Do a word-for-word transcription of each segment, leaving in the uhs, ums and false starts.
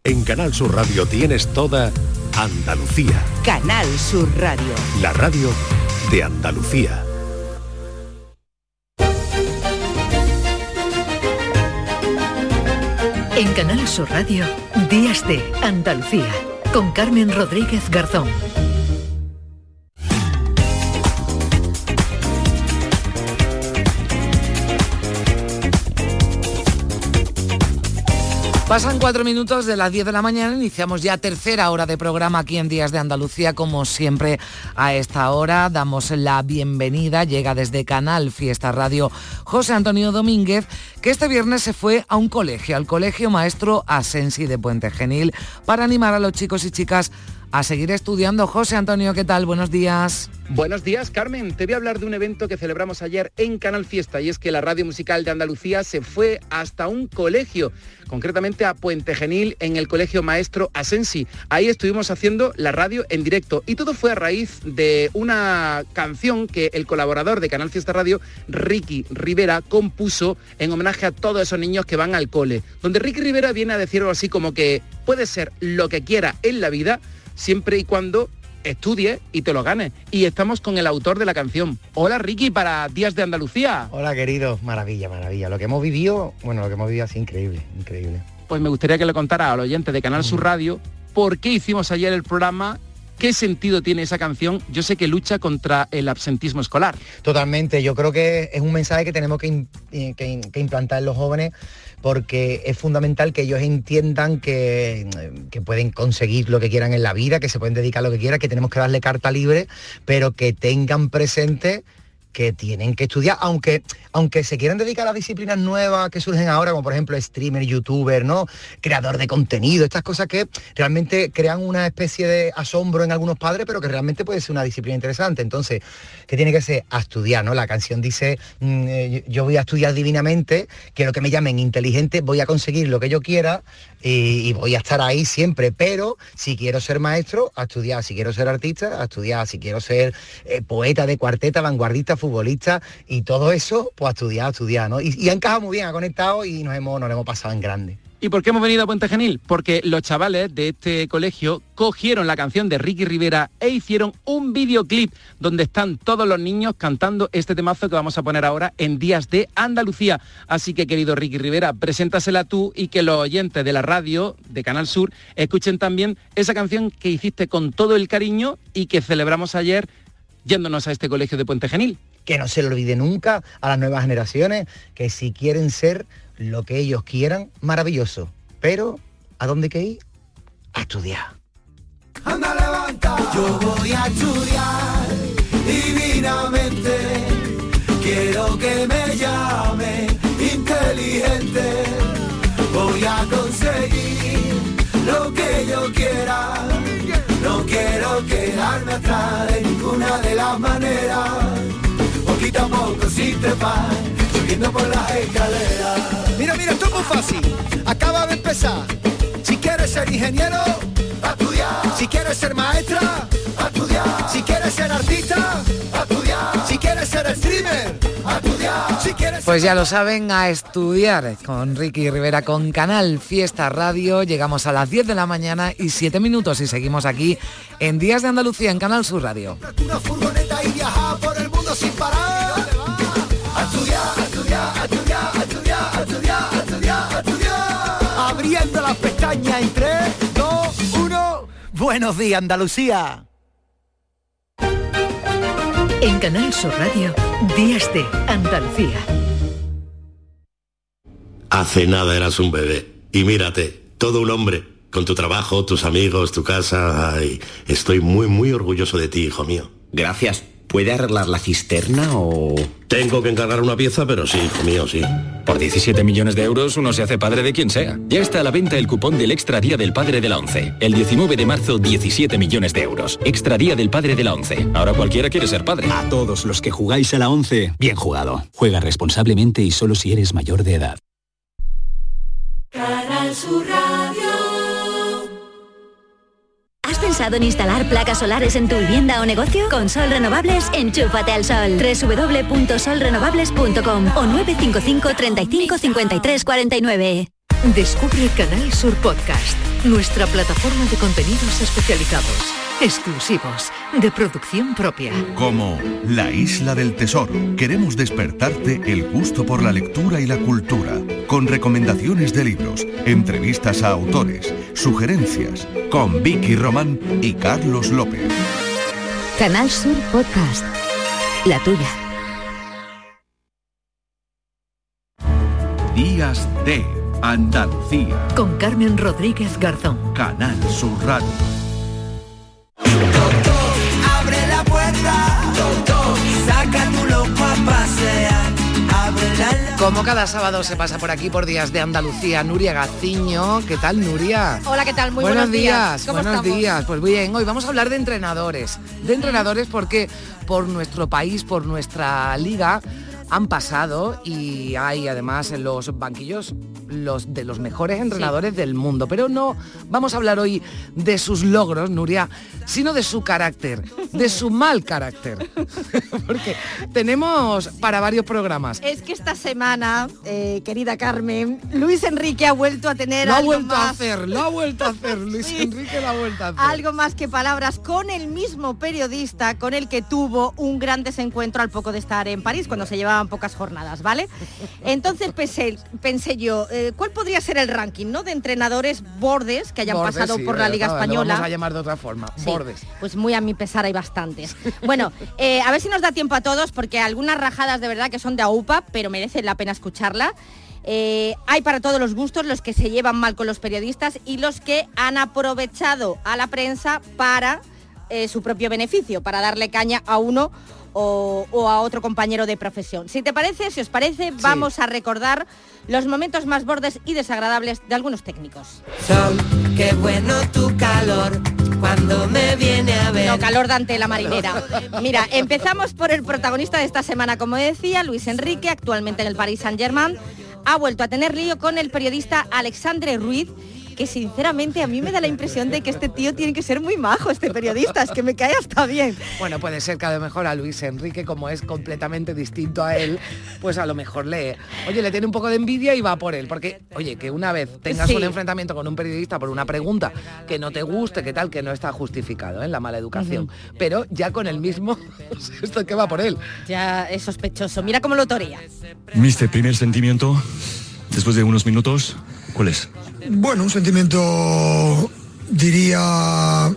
En Canal Sur Radio tienes toda Andalucía. Canal Sur Radio. La radio de Andalucía. En Canal Sur Radio, Días de Andalucía, con Carmen Rodríguez Garzón. Pasan cuatro minutos de las diez de la mañana, iniciamos ya tercera hora de programa aquí en Días de Andalucía, como siempre a esta hora damos la bienvenida, llega desde Canal Fiesta Radio José Antonio Domínguez, que este viernes se fue a un colegio, al Colegio Maestro Asensi de Puente Genil, para animar a los chicos y chicas a seguir estudiando. José Antonio, ¿qué tal? Buenos días. Buenos días, Carmen. Te voy a hablar de un evento que celebramos ayer en Canal Fiesta, y es que la Radio Musical de Andalucía se fue hasta un colegio, concretamente a Puente Genil, en el Colegio Maestro Asensi. Ahí estuvimos haciendo la radio en directo, y todo fue a raíz de una canción que el colaborador de Canal Fiesta Radio, Ricky Rivera, compuso en homenaje a todos esos niños que van al cole, donde Ricky Rivera viene a decir algo así como que puedes ser lo que quiera en la vida, siempre y cuando estudies y te lo ganes. Y estamos con el autor de la canción. Hola, Ricky, para Días de Andalucía. Hola, querido. Maravilla, maravilla. Lo que hemos vivido, bueno, lo que hemos vivido es increíble, increíble. Pues me gustaría que le contara al oyente de Canal Sur Radio por qué hicimos ayer el programa, qué sentido tiene esa canción. Yo sé que lucha contra el absentismo escolar. Totalmente. Yo creo que es un mensaje que tenemos que, que, que implantar en los jóvenes, porque es fundamental que ellos entiendan que, que pueden conseguir lo que quieran en la vida, que se pueden dedicar a lo que quieran, que tenemos que darle carta libre, pero que tengan presente que tienen que estudiar, aunque, aunque se quieran dedicar a disciplinas nuevas que surgen ahora, como por ejemplo streamer, youtuber, ¿no? Creador de contenido, estas cosas que realmente crean una especie de asombro en algunos padres, pero que realmente puede ser una disciplina interesante. Entonces, ¿qué tiene que ser? A estudiar, ¿no? La canción dice, mmm, yo voy a estudiar divinamente, quiero que me llamen inteligente, voy a conseguir lo que yo quiera y, y voy a estar ahí siempre, pero si quiero ser maestro, a estudiar, si quiero ser artista, a estudiar, si quiero ser eh, poeta de cuarteta, vanguardista, futbolista y todo eso, pues a estudiar, a estudiar, ¿no? Y, y ha encajado muy bien, ha conectado y nos hemos, nos lo hemos pasado en grande. ¿Y por qué hemos venido a Puente Genil? Porque los chavales de este colegio cogieron la canción de Ricky Rivera e hicieron un videoclip donde están todos los niños cantando este temazo que vamos a poner ahora en Días de Andalucía. Así que, querido Ricky Rivera, preséntasela tú y que los oyentes de la radio de Canal Sur escuchen también esa canción que hiciste con todo el cariño y que celebramos ayer yéndonos a este colegio de Puente Genil. Que no se lo olvide nunca a las nuevas generaciones, que si quieren ser lo que ellos quieran, maravilloso. Pero, ¿a dónde hay que ir? A estudiar. Anda, levanta. Yo voy a estudiar divinamente. Quiero que me llame inteligente. Voy a conseguir lo que yo quiera. No quiero quedarme atrás de ninguna de las maneras. Poquito a poco sin trepar, subiendo por las escaleras. Mira, mira, esto es muy fácil. Acaba de empezar. Si quieres ser ingeniero, a estudiar. Si quieres ser maestra, a estudiar. Si quieres ser artista, a estudiar. Si quieres ser streamer, a estudiar. Si quieres pues ya lo saben, a estudiar con Ricky Rivera, con Canal Fiesta Radio. Llegamos a las diez de la mañana y siete minutos y seguimos aquí en Días de Andalucía en Canal Sur Radio. Una furgoneta y viajar por el mundo sin parar. A estudiar, a estudiar, a estudiar, a estudiar, a estudiar, a estudiar, a estudiar. Abriendo las pestañas en tres, dos, uno. Buenos días, Andalucía. En Canal Sur Radio, Días de Andalucía. Hace nada eras un bebé y mírate, todo un hombre, con tu trabajo, tus amigos, tu casa. Ay, estoy muy, muy orgulloso de ti, hijo mío. Gracias. ¿Puede arreglar la cisterna o...? Tengo que encargar una pieza, pero sí, hijo mío, sí. Por diecisiete millones de euros uno se hace padre de quien sea. Ya está a la venta el cupón del Extra Día del Padre de la ONCE. El diecinueve de marzo, diecisiete millones de euros. Extra Día del Padre de la ONCE. Ahora cualquiera quiere ser padre. A todos los que jugáis a la ONCE, bien jugado. Juega responsablemente y solo si eres mayor de edad. Canal Sur Radio. ¿Has pensado en instalar placas solares en tu vivienda o negocio? Con Sol Renovables, enchúfate al sol. doble u doble u doble u punto sol renovables punto com o nueve cinco cinco, treinta y cinco, cincuenta y tres, cuarenta y nueve. Descubre Canal Sur Podcast, nuestra plataforma de contenidos especializados, exclusivos, de producción propia. Como La Isla del Tesoro, queremos despertarte el gusto por la lectura y la cultura, con recomendaciones de libros, entrevistas a autores, sugerencias, con Vicky Román y Carlos López. Canal Sur Podcast, la tuya. Días de Andalucía. Con Carmen Rodríguez Garzón. Canal Sur Radio. Abre la puerta, saca tu loco a pasear. Abre la... Como cada sábado se pasa por aquí por Días de Andalucía, Nuria Gaciño. ¿Qué tal, Nuria? Hola, ¿qué tal? Muy buenos, buenos días. días. ¿Cómo buenos estamos? días. Pues bien, hoy vamos a hablar de entrenadores. De entrenadores porque por nuestro país, por nuestra liga, han pasado y hay además en los banquillos los de los mejores entrenadores sí. del mundo. Pero no vamos a hablar hoy de sus logros, Nuria, sino de su carácter, de su mal carácter. Porque tenemos para varios programas. Es que esta semana, eh, querida Carmen, Luis Enrique ha vuelto a tener lo algo ha vuelto más... a hacer, lo ha vuelto a hacer, Luis sí. Enrique lo ha vuelto a hacer. Algo más que palabras con el mismo periodista con el que tuvo un gran desencuentro al poco de estar en París, cuando se llevaban pocas jornadas, ¿vale? Entonces pensé, pensé yo, eh, ¿cuál podría ser el ranking, ¿no? De entrenadores bordes que hayan bordes, pasado sí, por la Liga claro, Española. Lo vamos a llamar de otra forma, sí, bordes. Pues muy a mi pesar hay bastantes. Bueno, eh, a ver si nos da tiempo a todos, porque algunas rajadas de verdad que son de aupa, pero merecen la pena escucharla. Eh, hay para todos los gustos, los que se llevan mal con los periodistas y los que han aprovechado a la prensa para eh, su propio beneficio, para darle caña a uno O, o a otro compañero de profesión. Si te parece, si os parece, sí. vamos a recordar los momentos más bordes y desagradables de algunos técnicos. Sol, qué bueno tu calor, cuando me viene a ver. No, calor Dante la marinera. Mira, empezamos por el protagonista de esta semana, como decía, Luis Enrique, actualmente en el Paris Saint-Germain, ha vuelto a tener lío con el periodista Alexandre Ruiz, que sinceramente a mí me da la impresión de que este tío tiene que ser muy majo, este periodista, es que me cae hasta bien. Bueno, puede ser que a lo mejor a Luis Enrique, como es completamente distinto a él, pues a lo mejor le, oye, le tiene un poco de envidia y va por él, porque, oye, que una vez tengas sí. un enfrentamiento con un periodista por una pregunta que no te guste, que tal, que no está justificado, ¿eh? La mala educación, uh-huh. pero ya con el mismo, esto que va por él. Ya es sospechoso, mira cómo lo torea. Mister, primer sentimiento, después de unos minutos, ¿cuál es? Bueno, un sentimiento, diría,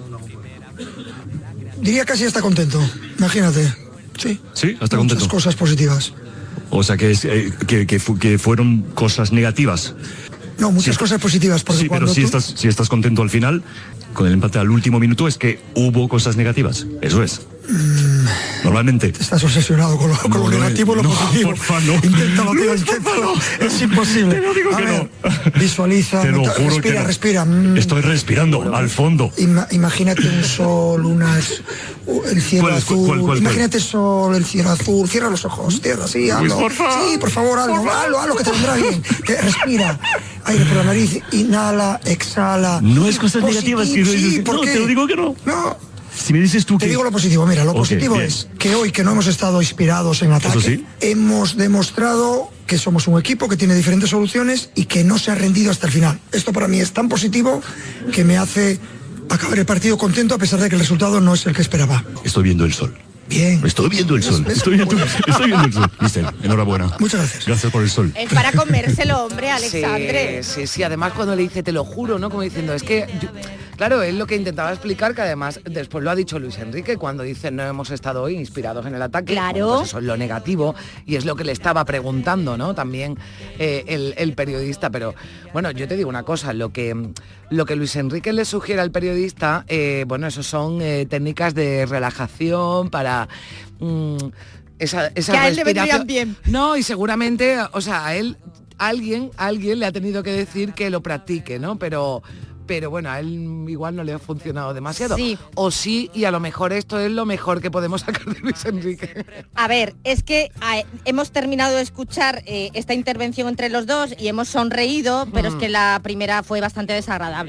diría casi hasta contento, imagínate, sí. Sí, hasta contento. Muchas cosas positivas. O sea, que, es, eh, que, que, fu- que fueron cosas negativas. No, muchas sí. cosas positivas. Porque sí, pero si, tú... estás, si estás contento al final, con el empate al último minuto, es que hubo cosas negativas, eso es. Mm, Normalmente. Estás obsesionado con lo, con no, lo negativo y lo no, positivo. Porfa, no. Inténtalo, tío, no, inténtalo. No. Es imposible. Te lo digo a que ver, no. Visualiza. Te lo meta, juro respira, que no. respira. Mm. Estoy respirando bueno, al fondo. Ima- imagínate un sol, unas, el cielo ¿Cuál, azul. cuál, cuál, imagínate el sol, el cielo azul. Cierra los ojos, cierra así, hazlo. Por favor. Sí, por favor, hazlo, Por hazlo, hazlo, que te vendrá bien. Que respira. Aire por la nariz, inhala, exhala. No es cosas negativas. Que sí, ¿por no, qué? te lo digo que no. No. Si me dices tú que... Te digo lo positivo, mira, lo okay, positivo bien. es que hoy, que no hemos estado inspirados en ataque, sí. hemos demostrado que somos un equipo que tiene diferentes soluciones y que no se ha rendido hasta el final. Esto para mí es tan positivo que me hace acabar el partido contento a pesar de que el resultado no es el que esperaba. Estoy viendo el sol. Bien. Estoy viendo el sol. Estoy viendo, estoy viendo el sol. Mister, enhorabuena. Muchas gracias. Gracias por el sol. Es para comérselo, hombre, Alexandre. Sí, sí, sí. Además cuando le dice, te lo juro, ¿no? Como diciendo, es que... Yo... Claro, es lo que intentaba explicar, que además después lo ha dicho Luis Enrique cuando dice no hemos estado hoy inspirados en el ataque. Claro. Bueno, pues eso es lo negativo y es lo que le estaba preguntando, ¿no? También eh, el, el periodista. Pero bueno, yo te digo una cosa, lo que, lo que Luis Enrique le sugiere al periodista, eh, bueno, eso son eh, técnicas de relajación para... Mm, esa, esa que a él respiración. le vendrían bien. No, y seguramente, o sea, a él, alguien, alguien le ha tenido que decir que lo practique, ¿no? Pero... pero bueno, a él igual no le ha funcionado demasiado. Sí. O sí, y a lo mejor esto es lo mejor que podemos sacar de Luis Enrique. A ver, es que a, hemos terminado de escuchar eh, esta intervención entre los dos y hemos sonreído, pero mm. es que la primera fue bastante desagradable.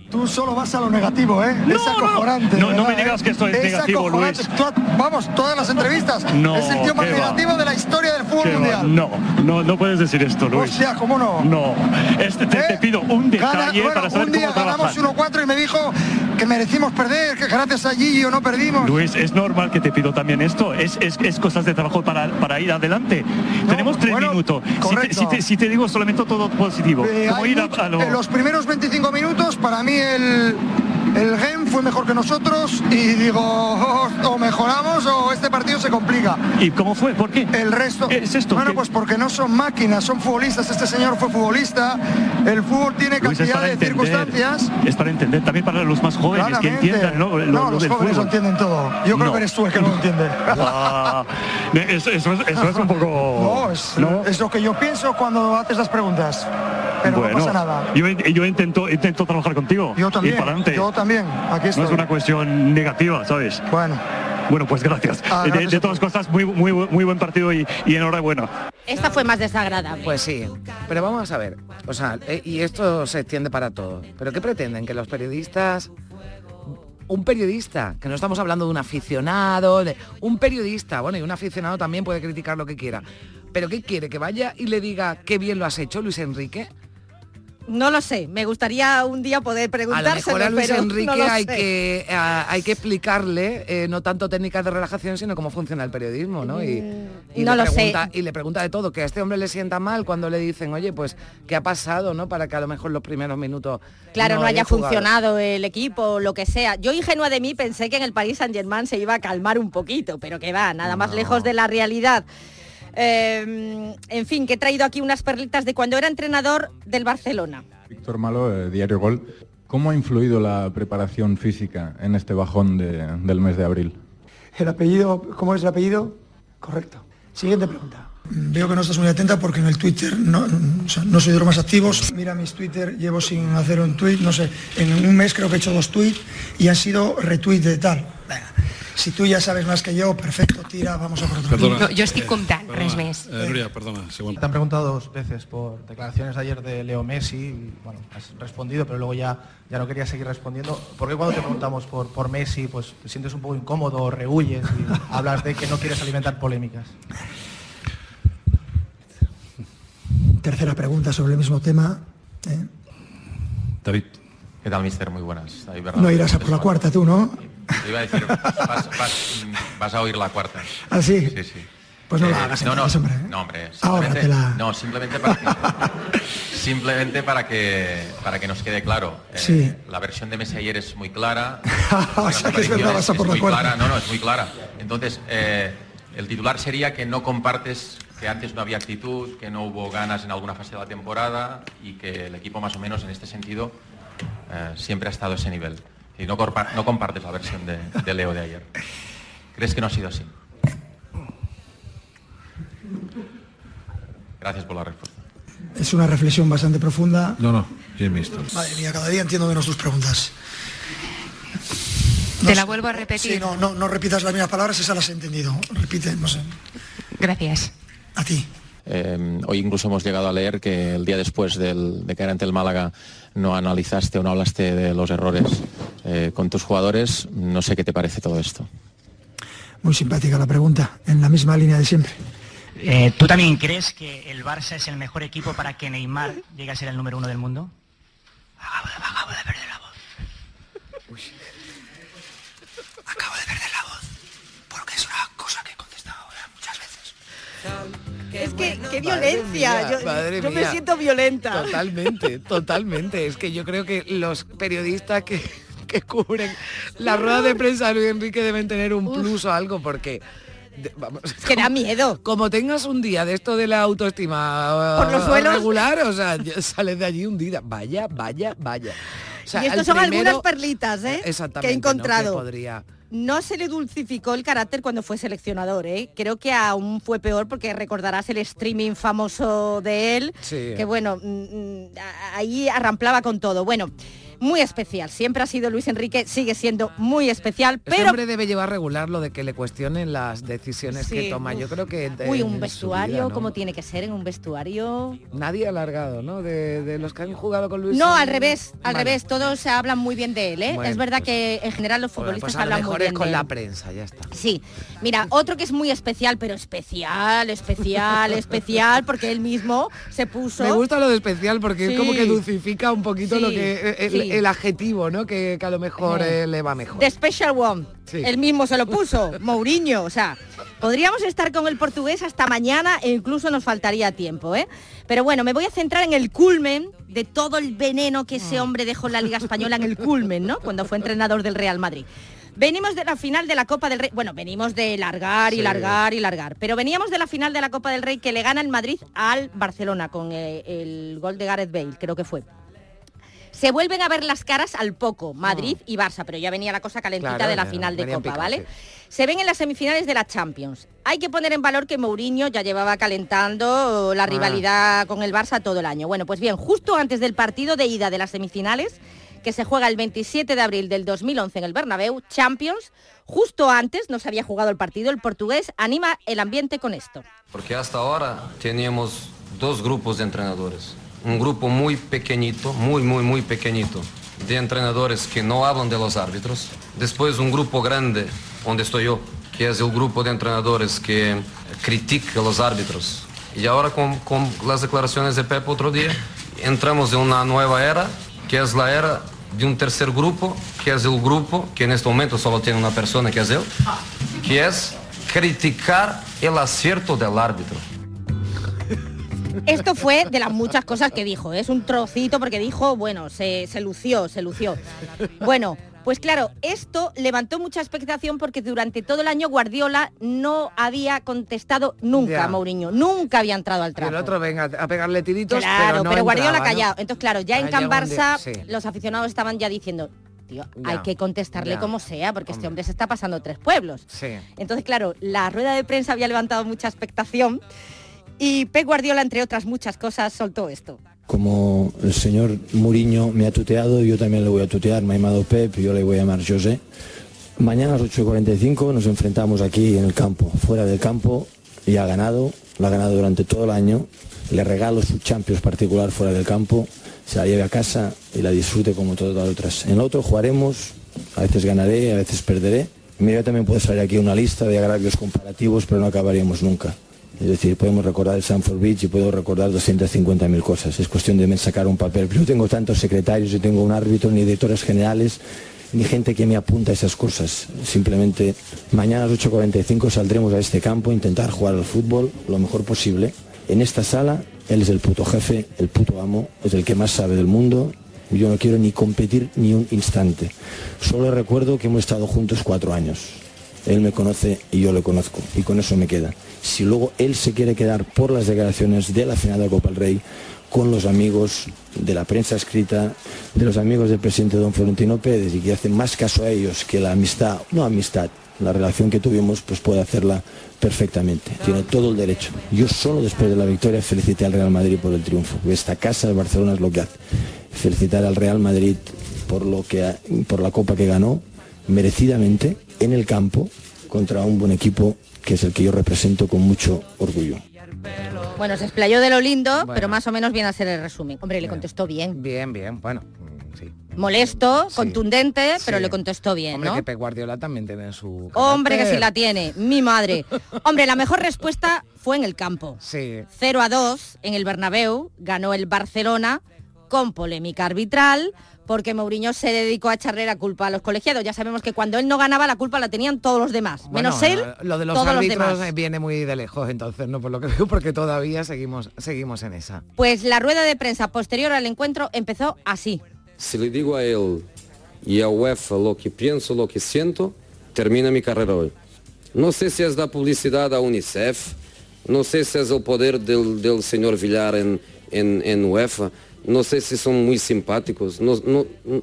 Tú solo vas a lo negativo, ¿eh? No, es acojonante. no, no, no me ¿verdad, digas eh? que esto es negativo, acojonante. Luis. Tú, vamos, todas las entrevistas. No, es el tío más qué va. negativo de la historia del fútbol Qué va. mundial. No, no, no puedes decir esto, Luis. Hostia, ¿cómo no? No, este, te, ¿Eh? te pido un detalle Gana- bueno, para saber un día cómo trabajar. ganamos uno cuatro y me dijo que merecimos perder, que gracias a Gillo no perdimos. Luis, es normal que te pido también esto. Es, es, es cosas de trabajo para, para ir adelante. Tenemos tres bueno, minutos. Si te, correcto. si, te, si te digo solamente todo positivo. Eh, como hay ir a, mucho- a lo... En los primeros veinticinco minutos, para mí el, el Genk fue mejor que nosotros y digo, oh, o mejoramos o este partido se complica. ¿Y cómo fue? ¿Por qué? El resto... ¿Es esto? Bueno, ¿Qué? pues porque no son máquinas, son futbolistas. Este señor fue futbolista. El fútbol tiene Luis, es cantidad para de entender, circunstancias. es para entender también para los más jóvenes Claramente. que entiendan, ¿no? Lo, No, lo los del jóvenes lo fútbol. entienden todo. Yo creo No. que eres tú el que no lo entiende. Ah, eso, eso es, eso es un poco... No, es, ¿no? es lo que yo pienso cuando haces las preguntas. Pero Bueno, no pasa nada. Yo, yo intento, intento trabajar contigo. Yo también, Ir para adelante. yo también. Aquí estoy. No es una cuestión negativa, ¿sabes? Bueno. Bueno, pues gracias. Ah, de, gracias de a todas cosas, muy, muy, muy buen partido y, y enhorabuena. Esta fue más desagradable. Pues sí, pero vamos a ver, o sea, eh, y esto se extiende para todo, pero ¿qué pretenden? Que los periodistas, un periodista, que no estamos hablando de un aficionado, de un periodista, bueno, y un aficionado también puede criticar lo que quiera, pero ¿qué quiere? ¿Que vaya y le diga qué bien lo has hecho, Luis Enrique? No lo sé, me gustaría un día poder A lo preguntárselo, mejor a Luis pero Enrique no lo hay, sé. que, a- hay que explicarle eh, no tanto técnicas de relajación, sino cómo funciona el periodismo, ¿no? Y, y no le lo sé. pregunta, y le pregunta de todo, que a este hombre le sienta mal cuando le dicen, oye, pues, ¿qué ha pasado, no? Para que a lo mejor los primeros minutos Claro, no, haya jugado. funcionado el equipo o lo que sea. Yo, ingenua de mí, pensé que en el Paris Saint-Germain se iba a calmar un poquito, pero que va, nada más lejos de la realidad. Eh, en fin, que he traído aquí unas perlitas de cuando era entrenador del Barcelona. Víctor Malo, eh, Diario Gol. ¿Cómo ha influido la preparación física en este bajón de- del mes de abril? El apellido, ¿cómo es el apellido? Correcto. Siguiente pregunta. Veo que no estás muy atenta porque en el Twitter no, o sea, no soy de los más activos. Mira mis Twitter, llevo sin hacer un tweet, no sé, en un mes creo que he hecho dos tweets y han sido retweets de tal. Venga, si tú ya sabes más que yo, perfecto, tira, vamos a por otro. Perdona, No, jo estic eh, comptant, perdona, res més. eh, Nuria, perdona, segundo. Te han preguntado dos veces por declaraciones de ayer de Leo Messi, y, bueno, has respondido, pero luego ya, ya no querías seguir respondiendo. ¿Por qué cuando te preguntamos por, por Messi, pues te sientes un poco incómodo, rehuyes y hablas de que no quieres alimentar polémicas? Tercera pregunta sobre el mismo tema. ¿eh? David. ¿Qué tal, mister? Muy buenas. David Bernal. No irás a por la cuarta tú, ¿no? Te iba a decir, vas, vas- vas a oír la cuarta. ¿Ah, sí? Sí, sí. Pues no Eh, la hagas no, no, entonces, hombre. ¿eh? no, hombre. Ahora simplemente- te la- No, simplemente para que, simplemente para que, para que nos quede claro. Eh, Sí. La versión de Messi ayer es muy clara. O sea que es verdad, vas a por la muy cuarta. clara. No, no, es muy clara. Entonces, eh, el titular sería que no compartes que antes no había actitud, que no hubo ganas en alguna fase de la temporada y que el equipo más o menos en este sentido eh, siempre ha estado a ese nivel. Y no, corpa- no compartes la versión de, de Leo de ayer. ¿Crees que no ha sido así? Gracias por la respuesta. Es una reflexión bastante profunda. No, no, bien visto. Madre mía, cada día entiendo menos tus preguntas. Te la vuelvo a repetir. Sí, no, no, no repitas las mismas palabras, esas las he entendido. Repite, no sé. Gracias. A ti. Eh, hoy incluso hemos llegado a leer que el día después del, de caer ante el Málaga no analizaste o no hablaste de los errores eh, con tus jugadores. No sé qué te parece todo esto. Muy simpática la pregunta, en la misma línea de siempre. Eh, ¿Tú también crees que el Barça es el mejor equipo para que Neymar llegue a ser el número uno del mundo? Acabo de, acabo de perder la voz. Uy. Acabo de perder la voz. Porque es una cosa que he contestado ya muchas veces. Es que, qué Madre violencia. mía, yo madre yo me mía. siento violenta. Totalmente, totalmente. Es que yo creo que los periodistas que, que cubren la rueda de prensa de Luis Enrique deben tener un plus o algo, porque... de- vamos, que da miedo. Como tengas un día de esto de la autoestima Por los eh, suelos. regular, o sea, ya sales de allí hundida. Vaya, vaya, vaya. O sea, y estos el son primero- algunas perlitas, ¿eh? Exactamente, que he ¿no? encontrado. Que podría... No se le dulcificó el carácter cuando fue seleccionador, ¿eh? Creo que aún fue peor porque recordarás el streaming famoso de él, Sí. que bueno, mm, mm, ahí arramplaba con todo. Bueno, muy especial. Siempre ha sido Luis Enrique, sigue siendo muy especial, Este pero... hombre debe llevar regular lo de que le cuestionen las decisiones Sí, que toma. uf. Yo creo que... Uy, en un su vestuario, vida, ¿no? como tiene que ser en un vestuario... Nadie ha alargado, ¿no? De, de los que han jugado con Luis. No, son- al revés, al Vale. revés, todos se hablan muy bien de él, ¿eh? Bueno, es verdad que en general los Bueno, futbolistas pues a lo hablan muy mejor bien es con de la él. prensa, ya está. Sí, mira, otro que es muy especial, pero especial, especial, especial, porque él mismo se puso... Me gusta lo de especial porque Sí. es como que dulcifica un poquito Sí, lo que el, sí. el adjetivo, ¿no? Que, que a lo mejor Eh. eh, le va mejor. The Special One. Sí. Él mismo se lo puso, Mourinho. O sea, podríamos estar con el portugués hasta mañana e incluso nos faltaría tiempo, ¿eh? Pero bueno, me voy a centrar en el culmen de todo el veneno que ese hombre dejó en la Liga Española, en el culmen, ¿no? Cuando fue entrenador del Real Madrid. Venimos de la final de la Copa del Rey, bueno, venimos de largar y Sí. largar y largar, pero veníamos de la final de la Copa del Rey que le gana el Madrid al Barcelona con eh, el gol de Gareth Bale, creo que fue. Se vuelven a ver las caras al poco, Madrid y Barça, pero ya venía la cosa calentita Claro, de la ya final de venían Copa, picados, ¿vale? Se ven en las semifinales de la Champions. Hay que poner en valor que Mourinho ya llevaba calentando la Ah. rivalidad con el Barça todo el año. Bueno, pues bien, justo antes del partido de ida de las semifinales, que se juega el veintisiete de abril del dos mil once en el Bernabéu, Champions, justo antes, no se había jugado el partido, el portugués anima el ambiente con esto. Porque hasta ahora teníamos dos grupos de entrenadores. Un grupo muy pequeñito, muy, muy, muy pequeñito, de entrenadores que no hablan de los árbitros. Después un grupo grande, donde estoy yo, que es el grupo de entrenadores que critica a los árbitros. Y ahora con, con las declaraciones de Pep otro día, entramos en una nueva era, que es la era de un tercer grupo, que es el grupo, que en este momento solo tiene una persona, que es él, que es criticar el acierto del árbitro. Esto fue de las muchas cosas que dijo, ¿eh? Es un trocito porque dijo, bueno, se, se lució, se lució. Bueno, pues claro, esto levantó mucha expectación porque durante todo el año Guardiola no había contestado nunca Ya. a Mourinho, nunca había entrado al Y trapo. el otro venga a pegarle tiritos, Claro, pero pero, no Guardiola entraba, ¿no? callado. Entonces, claro, ya en Ah, Can llegó un día- Barça sí. los aficionados estaban ya diciendo, tío, Ya. hay que contestarle Ya. como sea, porque este hombre se está pasando tres pueblos. Sí. Entonces, claro, la rueda de prensa había levantado mucha expectación y Pep Guardiola, entre otras muchas cosas, soltó esto. Como el señor Mourinho me ha tuteado, yo también le voy a tutear. Me ha llamado Pep, yo le voy a llamar José. Mañana a las ocho y cuarenta y cinco nos enfrentamos aquí en el campo. Fuera del campo y ha ganado, la ha ganado durante todo el año. Le regalo su Champions particular fuera del campo, se la lleve a casa y la disfrute como todas las otras. En el otro jugaremos, a veces ganaré, a veces perderé. Mira, también puede salir aquí una lista de agravios comparativos, pero no acabaríamos nunca. Es decir, podemos recordar el Stamford Bridge y puedo recordar doscientas cincuenta mil cosas. Es cuestión de sacar un papel. Pero yo tengo tantos secretarios, yo tengo un árbitro, ni directores generales, ni gente que me apunta a esas cosas. Simplemente mañana a las ocho y cuarenta y cinco saldremos a este campo a intentar jugar al fútbol lo mejor posible. En esta sala, él es el puto jefe, el puto amo, es el que más sabe del mundo. Yo no quiero ni competir ni un instante. Solo recuerdo que hemos estado juntos cuatro años. Él me conoce y yo le conozco, y con eso me queda. Si luego él se quiere quedar por las declaraciones de la final de la Copa del Rey, con los amigos de la prensa escrita, de los amigos del presidente don Florentino Pérez, y que hacen más caso a ellos que la amistad, no amistad, la relación que tuvimos, pues puede hacerla perfectamente. Tiene todo el derecho. Yo solo después de la victoria felicité al Real Madrid por el triunfo. Esta casa de Barcelona es lo que hace. Felicitar al Real Madrid por, lo que, por la Copa que ganó, merecidamente, en el campo, contra un buen equipo que es el que yo represento con mucho orgullo. Bueno, se explayó de lo lindo, Bueno. pero más o menos viene a ser el resumen. Hombre, le contestó bien. Bien, bien, bueno, mm, sí. Molesto, contundente, pero Sí. le contestó bien, Hombre, ¿no? que Pep Guardiola también tiene su... Hombre, que carácter. sí la tiene, mi madre. Hombre, la mejor respuesta fue en el campo. Sí. cero a dos en el Bernabéu, ganó el Barcelona con polémica arbitral, porque Mourinho se dedicó a echarle la culpa a los colegiados. Ya sabemos que cuando él no ganaba, la culpa la tenían todos los demás, Bueno, menos él, lo de los todos los árbitros demás. eh, viene muy de lejos, entonces, no por lo que veo, porque todavía seguimos, seguimos en esa. Pues la rueda de prensa posterior al encuentro empezó así. Si le digo a él y a UEFA lo que pienso, lo que siento, termina mi carrera hoy. No sé si es la publicidad a UNICEF, no sé si es el poder del, del señor Villar en, en, en UEFA, no sé si son muy simpáticos, no, no,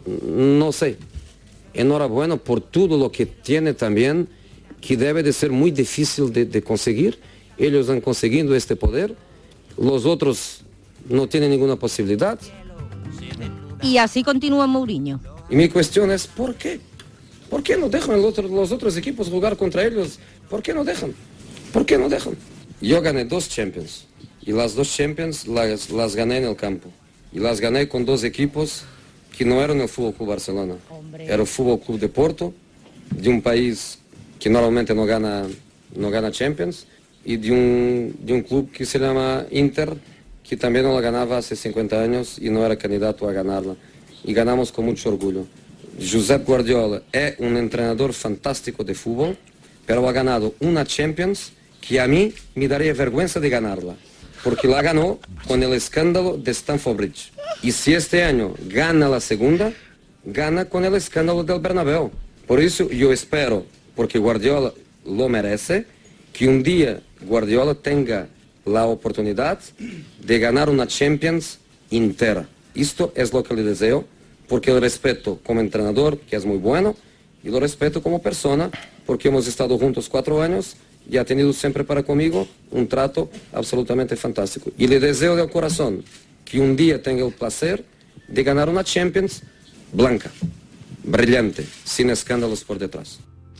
no sé. Enhorabuena por todo lo que tiene también, que debe de ser muy difícil de, de conseguir. Ellos han conseguido este poder, los otros no tienen ninguna posibilidad. Y así continúa Mourinho. Y mi cuestión es, ¿por qué? ¿Por qué no dejan los otros, los otros equipos jugar contra ellos? ¿Por qué no dejan? ¿Por qué no dejan? Yo gané dos Champions. Y las dos Champions las, las gané en el campo. Y las gané con dos equipos que no eran el Fútbol Club Barcelona. Hombre. Era el Fútbol Club de Porto, de un país que normalmente no gana, no gana Champions, y de un, de un club que se llama Inter, que también no la ganaba hace cincuenta años y no era candidato a ganarla. Y ganamos con mucho orgullo. Josep Guardiola es un entrenador fantástico de fútbol, pero ha ganado una Champions que a mí me daría vergüenza de ganarla, porque la ganó con el escándalo de Stamford Bridge. Y si este año gana la segunda, gana con el escándalo del Bernabéu. Por eso yo espero, porque Guardiola lo merece, que un día Guardiola tenga la oportunidad de ganar una Champions entera. Esto es lo que le deseo, porque lo respeto como entrenador, que es muy bueno, y lo respeto como persona, porque hemos estado juntos cuatro años y ha tenido siempre para conmigo un trato absolutamente fantástico. Y le deseo del corazón que un día tenga el placer de ganar una Champions blanca, brillante, sin escándalos por detrás.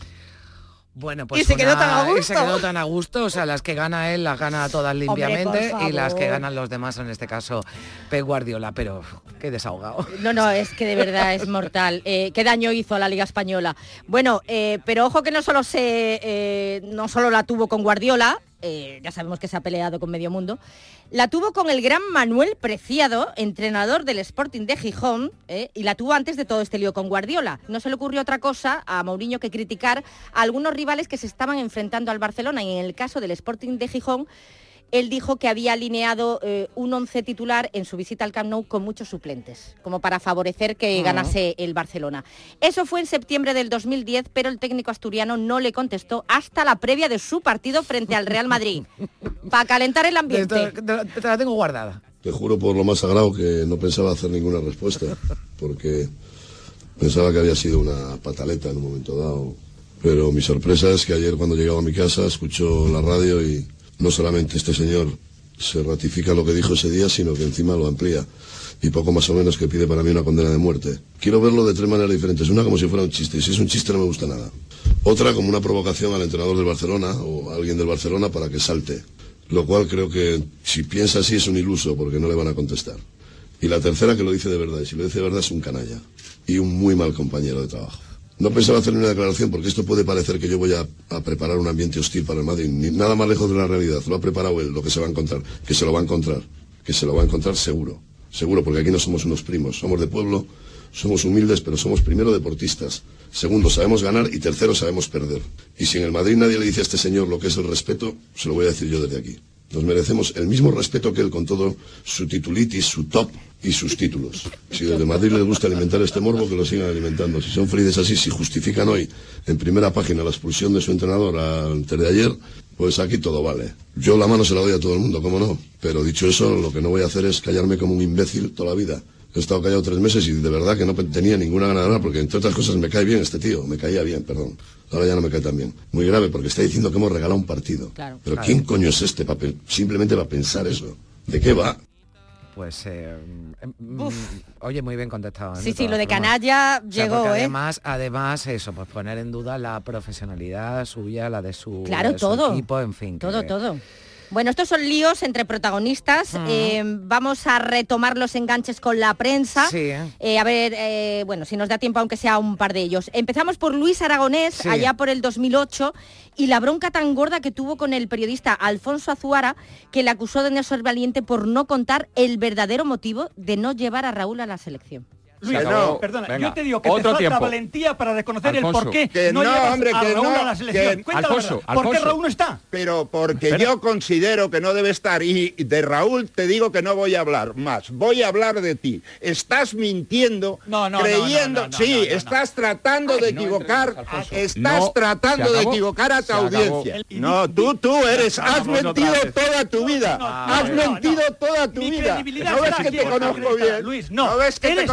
Bueno, pues y se una, quedó tan a gusto. Y se quedó tan a gusto, o sea, las que gana él las gana todas limpiamente. Hombre, y las que ganan los demás, en este caso Pep Guardiola, pero qué desahogado. No, no, es que de verdad es mortal. Eh, qué daño hizo a la Liga Española. Bueno, eh, pero ojo que no solo se, eh, no solo la tuvo con Guardiola, eh, ya sabemos que se ha peleado con medio mundo, la tuvo con el gran Manuel Preciado, entrenador del Sporting de Gijón, eh, y la tuvo antes de todo este lío con Guardiola. No se le ocurrió otra cosa a Mourinho que criticar a algunos rivales que se estaban enfrentando al Barcelona, y en el caso del Sporting de Gijón, él dijo que había alineado eh, un once titular en su visita al Camp Nou con muchos suplentes, como para favorecer que ganase el Barcelona. Eso fue en septiembre del dos mil diez, pero el técnico asturiano no le contestó hasta la previa de su partido frente al Real Madrid, para calentar el ambiente. Te, te, te la tengo guardada. Te juro por lo más sagrado que no pensaba hacer ninguna respuesta, porque pensaba que había sido una pataleta en un momento dado. Pero mi sorpresa es que ayer, cuando llegaba a mi casa, escuchó la radio y no solamente este señor se ratifica lo que dijo ese día, sino que encima lo amplía. Y poco más o menos que pide para mí una condena de muerte. Quiero verlo de tres maneras diferentes. Una, como si fuera un chiste, y si es un chiste no me gusta nada. Otra, como una provocación al entrenador del Barcelona o a alguien del Barcelona para que salte. Lo cual creo que, si piensa así, es un iluso, porque no le van a contestar. Y la tercera, que lo dice de verdad. Y si lo dice de verdad, es un canalla. Y un muy mal compañero de trabajo. No pensaba hacer una declaración, porque esto puede parecer que yo voy a, a preparar un ambiente hostil para el Madrid. Ni nada más lejos de la realidad. Lo ha preparado él, lo que se va a encontrar. Que se lo va a encontrar. Que se lo va a encontrar seguro. Seguro, porque aquí no somos unos primos. Somos de pueblo, somos humildes, pero somos primero deportistas. Segundo, sabemos ganar, y tercero, sabemos perder. Y si en el Madrid nadie le dice a este señor lo que es el respeto, se lo voy a decir yo desde aquí. Nos merecemos el mismo respeto que él, con todo su titulitis, su top y sus títulos. Si desde Madrid les gusta alimentar este morbo, que lo sigan alimentando. Si son felices así, si justifican hoy en primera página la expulsión de su entrenador antes de ayer, pues aquí todo vale. Yo la mano se la doy a todo el mundo, cómo no. Pero dicho eso, lo que no voy a hacer es callarme como un imbécil toda la vida. He estado callado tres meses y de verdad que no tenía ninguna gana de ganar, porque entre otras cosas me cae bien este tío, me caía bien, perdón. Ahora ya no me cae tan bien. Muy grave, porque está diciendo que hemos regalado un partido. Claro. Pero claro. ¿Quién coño es este papel? Simplemente va a pensar eso. ¿De qué va? Pues, eh, eh, oye, muy bien contestado. ¿eh? Sí, sí, lo de canalla o sea, llegó, ¿eh? Además, además, eso, pues poner en duda la profesionalidad suya, la de su, claro, de todo, su equipo, en fin. Todo, que... todo. Bueno, estos son líos entre protagonistas. Uh-huh. eh, vamos a retomar los enganches con la prensa. Sí. Eh, a ver, eh, bueno, si nos da tiempo, aunque sea un par de ellos. Empezamos por Luis Aragonés, sí. allá por el dos mil ocho, y la bronca tan gorda que tuvo con el periodista Alfonso Azuara, que le acusó de no ser valiente por no contar el verdadero motivo de no llevar a Raúl a la selección. Luis, no, perdona, venga, yo te digo que te falta tiempo. valentía para reconocer Alfonso, el por qué que no, no llevas hombre, a que Raúl no, a la selección. Que, Cuéntame, Alfonso, ¿por qué Alfonso, Raúl no está? Pero porque Espera. yo considero que no debe estar, y de Raúl te digo que no voy a hablar más, voy a hablar de ti. Estás mintiendo, no, no, creyendo, no, no, no, sí, no, no, no, estás tratando Ay, de no equivocar, entres, estás no, tratando de equivocar a tu audiencia. No, tú, tú eres, has mentido toda tu vida, has mentido toda tu vida. ¿No ves que te conozco bien? Luis, no. ¿No ves que te conozco?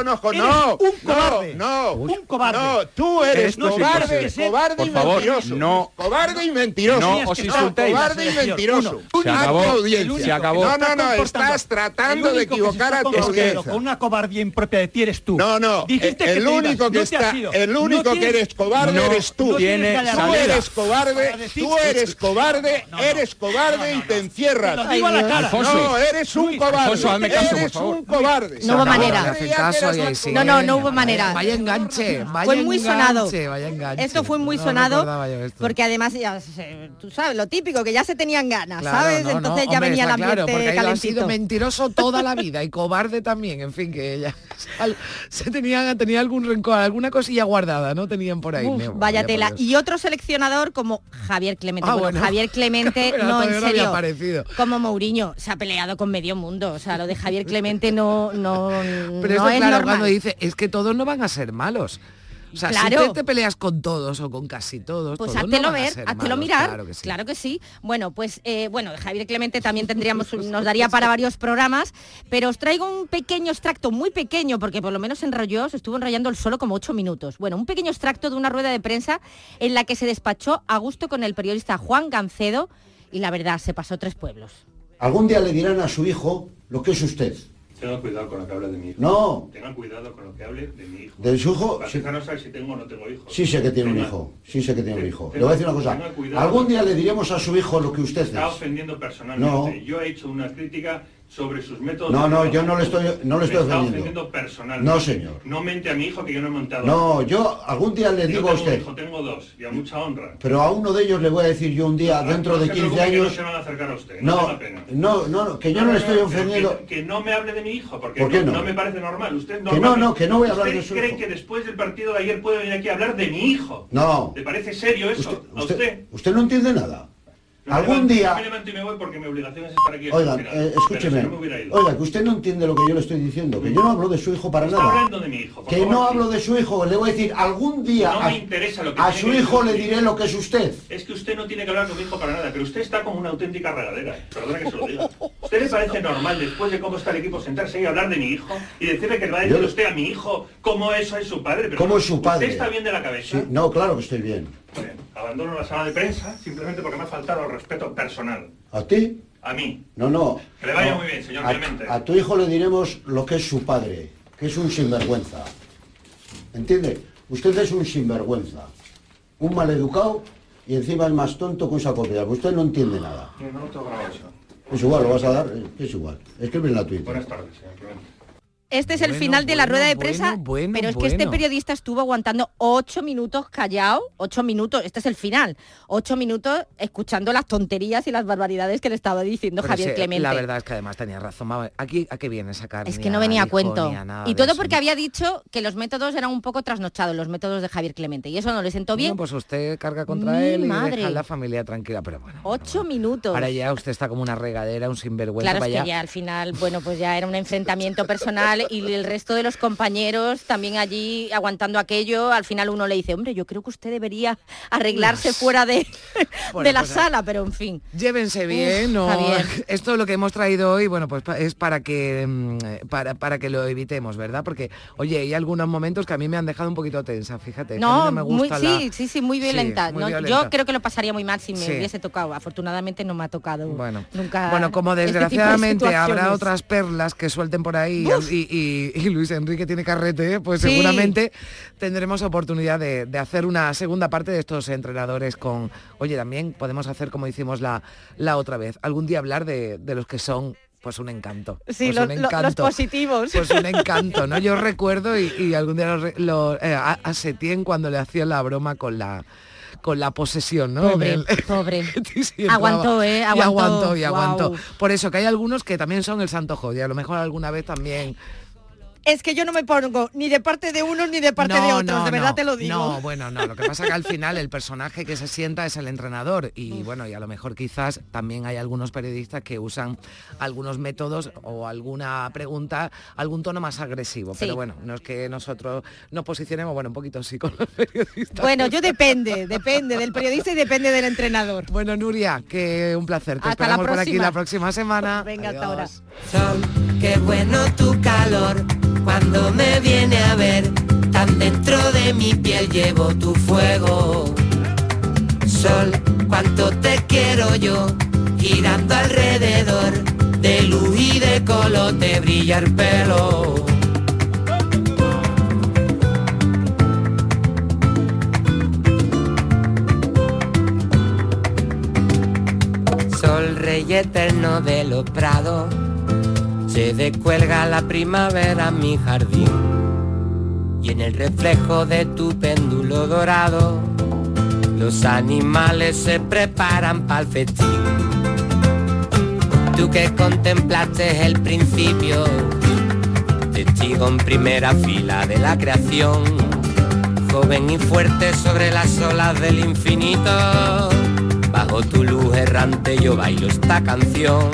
no, un cobarde. No, un cobarde. No, tú eres no cobarde, cobarde por y favor, mentiroso. no. Cobarde y mentiroso. No os insultéis. Cobarde y mentiroso. Se acabó, se acabó. No, no, no, estás tratando de equivocar a tu audiencia. Con una cobardía impropia de ti eres tú. No, no, Dijiste el que único que está, el único que eres cobarde eres tú. Tú eres cobarde, tú eres cobarde, eres cobarde y te encierras. Te lo digo a la cara. No, eres un cobarde. Alfonso, hazme caso, por eres favor. un cobarde. No hubo manera. Hace caso y ahí sí. No, no, no hubo manera. Vaya enganche, vaya Fue muy enganche, sonado. Vaya enganche. Esto fue muy No sonado recordaba yo esto. porque además, ya, se- tú sabes, lo típico, que ya se tenían ganas, Claro, ¿sabes? no, Entonces no, ya hombre, venía el está ambiente claro, porque él ha calentito. sido mentiroso toda la vida y cobarde también, en fin, que ella al- se tenía, tenía algún rencor, alguna cosilla guardada, ¿no? Tenían por ahí. Uf, Me- vaya por tela. Dios. Y otro seleccionador como Javier Clemente. Ah, bueno, bueno. Javier Clemente, Pero no, todavía en no había serio. aparecido. Como Mourinho, se ha peleado con medio mundo. O sea, lo de Javier Clemente no, no, Pero no esto, es claro, normal. cuando dice, es que todos no van a ser malos. O sea, Claro. si te, te peleas con todos o con casi todos, Pues todos háztelo no van a ver, ser háztelo malos, mirar. Claro que sí. Claro que sí. Bueno, pues eh, bueno, Javier Clemente también tendríamos, un- nos daría para varios programas, pero os traigo un pequeño extracto, muy pequeño, porque por lo menos enrolló, se estuvo enrollando el solo como ocho minutos. Bueno, un pequeño extracto de una rueda de prensa en la que se despachó a gusto con el periodista Juan Gancedo y la verdad, se pasó tres pueblos. Algún día le dirán a su hijo lo que es usted. Tengan cuidado con lo que habla de mi hijo. No. Tengan cuidado con lo que hable de mi hijo. ¿De su hijo? La Sí. gente no sabe si tengo o no tengo hijos. Sí sé que tiene un Tenga- hijo, sí sé que tiene un hijo. tenga- Le voy a decir una cosa. tenga cuidado. Algún día le diremos a su hijo lo que usted Está es. ofendiendo personalmente. No. Yo he hecho una crítica sobre sus métodos. No, de no, trabajo. yo no le estoy, no le estoy Me está ofendiendo. ofendiendo personalmente. No, señor. No mente a mi hijo que yo no he montado. No, yo algún día le Yo digo a tengo un usted, hijo, tengo dos, y a mucha honra. pero a uno de ellos le voy a decir yo un día, dentro No de se quince preocupe que años, no se van a acercar a usted, no, no, tenga pena. no, no, no, que yo no le estoy pero ofendiendo. Que, que no me hable de mi hijo, porque ¿Por qué no, no? no me parece normal. Usted Que normal. no, no, que no voy a hablar ¿Usted de su cree hijo. que después del partido de ayer puede venir aquí a hablar de mi hijo? No. ¿Le parece serio eso? ¿A usted? Usted, usted no entiende nada. No, Algún me levanto- día... yo me levanto y me voy porque mi obligación es estar aquí hasta Oigan, el final. eh, Pero escúcheme, si no me hubiera ido. oiga, que usted no entiende lo que yo le estoy diciendo, que yo no hablo de su hijo para Está nada. hablando de mi hijo, por Que favor. no hablo de su hijo, le voy a decir, algún día No a, me interesa lo que a tiene su que hijo decir le usted. diré lo que es usted. Es que usted no tiene que hablar con mi hijo para nada, pero usted está como una auténtica regadera. Perdona que se lo diga. ¿Usted le parece normal, después de cómo está el equipo, sentarse y hablar de mi hijo y decirle que le va a decir Yo- usted a mi hijo cómo eso es su padre? Pero ¿Cómo es su padre? ¿Usted está bien de la cabeza? Sí, no, claro que estoy bien. Bien, abandono la sala de prensa simplemente porque me ha faltado el respeto personal. ¿A ti? A mí. No, no. Que le vaya No. muy bien, señor a, Clemente. a tu hijo le diremos lo que es su padre, que es un sinvergüenza. ¿Entiende? Usted es un sinvergüenza, un maleducado y encima es más tonto que un saco de agua. Usted no entiende nada. No, no tengo grabado eso. Es igual, lo vas a dar, eh, es igual. Escribe en la Twitter. Buenas tardes, señor Clemente. Este es el Bueno, final de la bueno, rueda de bueno, prensa, bueno, pero es que este bueno. periodista estuvo aguantando ocho minutos callado, ocho minutos, este es el final, ocho minutos escuchando las tonterías y las barbaridades que le estaba diciendo Pero Javier sí, Clemente. la verdad es que además tenía razón. Vamos, aquí a qué viene sacar. Es ni que no a venía a hijo, cuento. ni a nada Y de todo eso. porque había dicho que los métodos eran un poco trasnochados, los métodos de Javier Clemente. Y eso no le sentó bien. Bueno, pues usted carga contra Mi él y madre. deja a la familia tranquila, pero bueno. Ocho minutos. Ahora ya usted está como una regadera, un sinvergüenza. Claro, es para que allá. ya al final, bueno, pues ya era un enfrentamiento personal y el resto de los compañeros también allí aguantando aquello. Al final uno le dice, hombre, yo creo que usted debería arreglarse Unas. fuera de, Bueno, de la pues, sala, pero en fin. Llévense bien, Uf, ¿no? Javier. Esto lo que hemos traído hoy, bueno, pues pa- es para que mm, para, para que lo evitemos, ¿verdad? Porque, oye, hay algunos momentos que a mí me han dejado un poquito tensa, fíjate. que a mí No, no me muy, gusta sí, la- sí, sí, muy Sí, violenta. muy No, violenta. Yo creo que lo pasaría muy mal si me Sí. hubiese tocado. Afortunadamente no me ha tocado Bueno. nunca. Bueno, como este tipo de desgraciadamente habrá situaciones. otras perlas que suelten por ahí Uf. y, y- y Luis Enrique tiene carrete, pues Sí. seguramente tendremos oportunidad de, de hacer una segunda parte de estos entrenadores con, oye, también podemos hacer como hicimos la, la otra vez, algún día hablar de, de los que son pues un encanto. Sí, pues los, un lo- los encanto. positivos. Pues un encanto, ¿no? Yo recuerdo y, y algún día lo, re- lo, eh, a, a Setién cuando le hacía la broma con la con la posesión, ¿no? En Pobre, el- pobre. Sí, entraba. Aguantó, ¿eh? Y Aguantó. aguantó, y aguantó. Guau. Por eso que hay algunos que también son el santo joya, a lo mejor alguna vez también. Es que yo no me pongo ni de parte de unos ni de parte de otros, de verdad no, te lo digo. No, bueno, no, lo que pasa que al final el personaje que se sienta es el entrenador y bueno, y a lo mejor quizás también hay algunos periodistas que usan algunos métodos o alguna pregunta, algún tono más agresivo, Sí. pero bueno, no es que nosotros nos posicionemos, bueno, un poquito sí con los periodistas. Bueno, yo depende, depende del periodista y depende del entrenador. Bueno, Nuria, que un placer. Te Hasta la esperamos por aquí próxima. la próxima semana. Venga, hasta ahora. Sol, qué bueno tu calor. cuando me viene a ver, tan dentro de mi piel llevo tu fuego. Sol, cuánto te quiero yo, girando alrededor, de luz y de color te brilla el pelo. Sol, rey eterno de los prados, se descuelga la primavera en mi jardín, y en el reflejo de tu péndulo dorado, los animales se preparan para el festín. Tú que contemplaste el principio, testigo en primera fila de la creación, joven y fuerte sobre las olas del infinito, bajo tu luz errante yo bailo esta canción.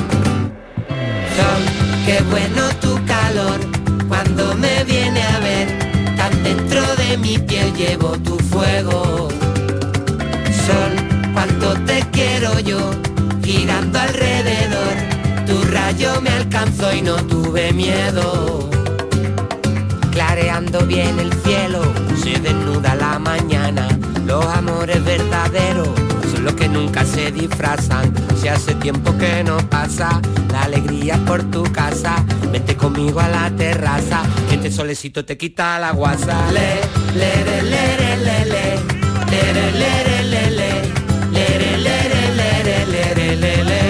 Sol, qué bueno tu calor, cuando me viene a ver, tan dentro de mi piel llevo tu fuego. Sol, cuánto te quiero yo, girando alrededor, tu rayo me alcanzó y no tuve miedo. Clareando bien el cielo, se desnuda la mañana, los amores verdaderos son los que nunca se disfrazan. Si hace tiempo que no pasa la alegría por tu casa, vente conmigo a la terraza, que este solecito te quita la guasa. Le, le, le, le, le, le, le, le, le, le, le, le, le, le, le, le, le,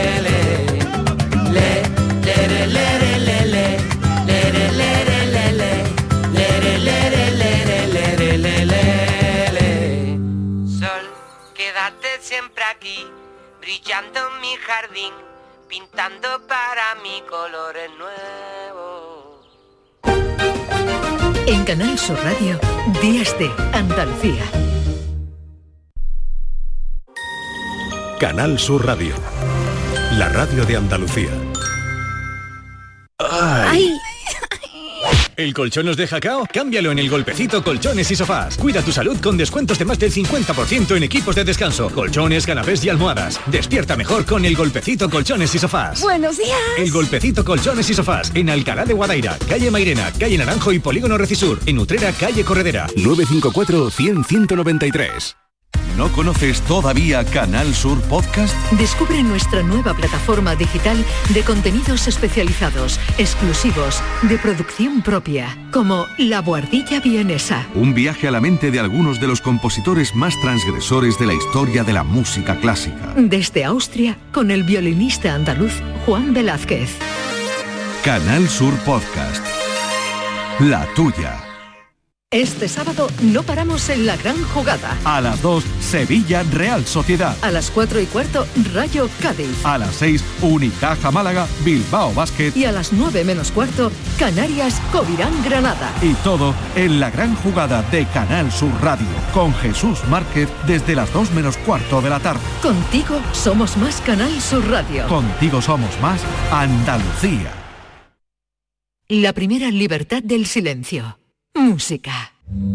siempre aquí, brillando en mi jardín, pintando para mí colores nuevos. En Canal Sur Radio, Días de Andalucía. Canal Sur Radio, la radio de Andalucía. ¡Ay! ¿El colchón nos deja cao? Cámbialo en El Golpecito Colchones y Sofás. Cuida tu salud con descuentos de más del cincuenta por ciento en equipos de descanso, colchones, canapés y almohadas. Despierta mejor con El Golpecito Colchones y Sofás. ¡Buenos días! El Golpecito Colchones y Sofás, en Alcalá de Guadaira, calle Mairena, calle Naranjo y Polígono Recisur. En Utrera, calle Corredera. nueve cinco cuatro, cien, ciento noventa y tres. ¿No conoces todavía Canal Sur Podcast? Descubre nuestra nueva plataforma digital de contenidos especializados, exclusivos, de producción propia, como La Boardilla Vienesa. Un viaje a la mente de algunos de los compositores más transgresores de la historia de la música clásica. Desde Austria, con el violinista andaluz Juan Velázquez. Canal Sur Podcast. La tuya. Este sábado no paramos en la gran jugada. A las dos, Sevilla Real Sociedad. A las cuatro y cuarto, Rayo Cádiz. A las seis, Unicaja Málaga, Bilbao Basket. Y a las nueve menos cuarto, Canarias Covirán Granada. Y todo en la gran jugada de Canal Sur Radio, con Jesús Márquez desde las dos menos cuarto de la tarde. Contigo somos más Canal Sur Radio. Contigo somos más Andalucía. La primera libertad del silencio. Música.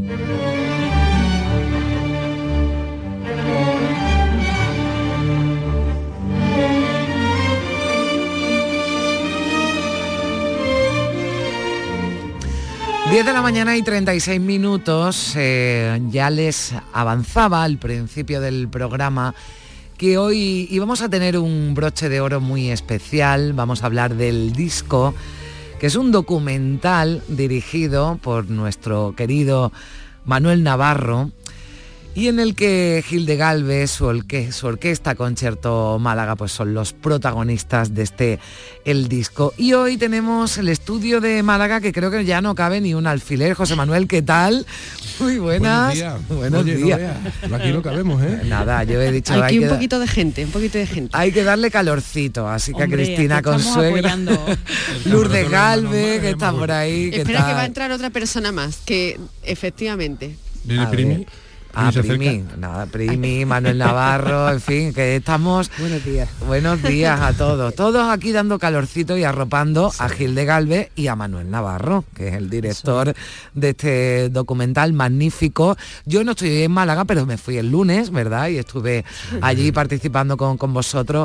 diez de la mañana y treinta y seis minutos. Eh, ya les avanzaba al principio del programa que hoy íbamos a tener un broche de oro muy especial. Vamos a hablar del disco, que es un documental dirigido por nuestro querido Manuel Navarro, y en el que Gil de Galvez, su, orque- su orquesta Concierto Málaga, pues son los protagonistas de este el disco. Y hoy tenemos el estudio de Málaga, que creo que ya no cabe ni un alfiler. José Manuel, ¿qué tal? Muy buenas. Buenos días. Buenos Oye, días. No veas, aquí no cabemos, ¿eh? Nada, yo he dicho... Aquí hay un que da- poquito de gente, un poquito de gente. Hay que darle calorcito, así que Hombre, a Cristina aquí estamos Consuegra, apoyando. Lourdes Galvez, que está por ahí, ¿qué Espera tal? que va a entrar otra persona más, que efectivamente. ¿Viene A Primi? ver. Ah, se acerca. Primi, nada, Primi, Manuel Navarro, en fin, que estamos... Buenos días. Buenos días a todos. Todos aquí dando calorcito y arropando a Gil de Galvez y a Manuel Navarro, que es el director de este documental magnífico. Yo no estoy en Málaga, pero me fui el lunes, ¿verdad? Y estuve allí participando con, con vosotros.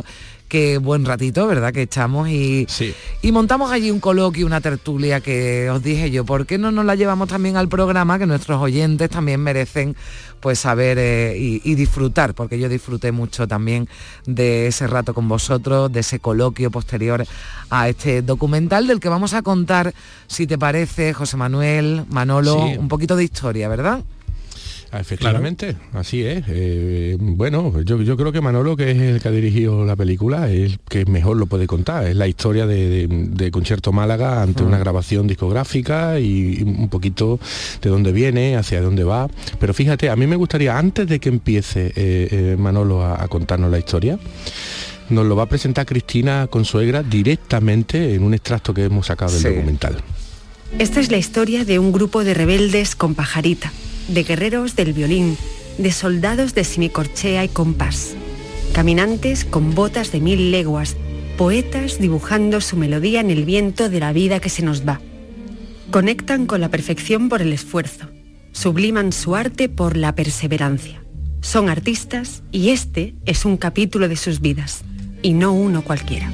qué buen ratito, ¿verdad?, que echamos y, sí. y montamos allí un coloquio, una tertulia que os dije yo, ¿por qué no nos la llevamos también al programa? Que nuestros oyentes también merecen pues saber eh, y, y disfrutar, porque yo disfruté mucho también de ese rato con vosotros, de ese coloquio posterior a este documental del que vamos a contar, si te parece, José Manuel, Manolo, sí. un poquito de historia, ¿verdad? Efectivamente, claro. Así es. Eh, bueno, yo, yo creo que Manolo, que es el que ha dirigido la película, es el que mejor lo puede contar. Es la historia de, de, de Concierto Málaga ante uh-huh. una grabación discográfica y un poquito de dónde viene, hacia dónde va. Pero fíjate, a mí me gustaría, antes de que empiece eh, eh, Manolo a, a contarnos la historia, nos lo va a presentar Cristina Consuegra directamente en un extracto que hemos sacado del sí. documental. Esta es la historia de un grupo de rebeldes con pajarita, de guerreros del violín, de soldados de semicorchea y compás, caminantes con botas de mil leguas, poetas dibujando su melodía en el viento de la vida que se nos va. Conectan con la perfección por el esfuerzo, subliman su arte por la perseverancia. Son artistas y este es un capítulo de sus vidas, y no uno cualquiera.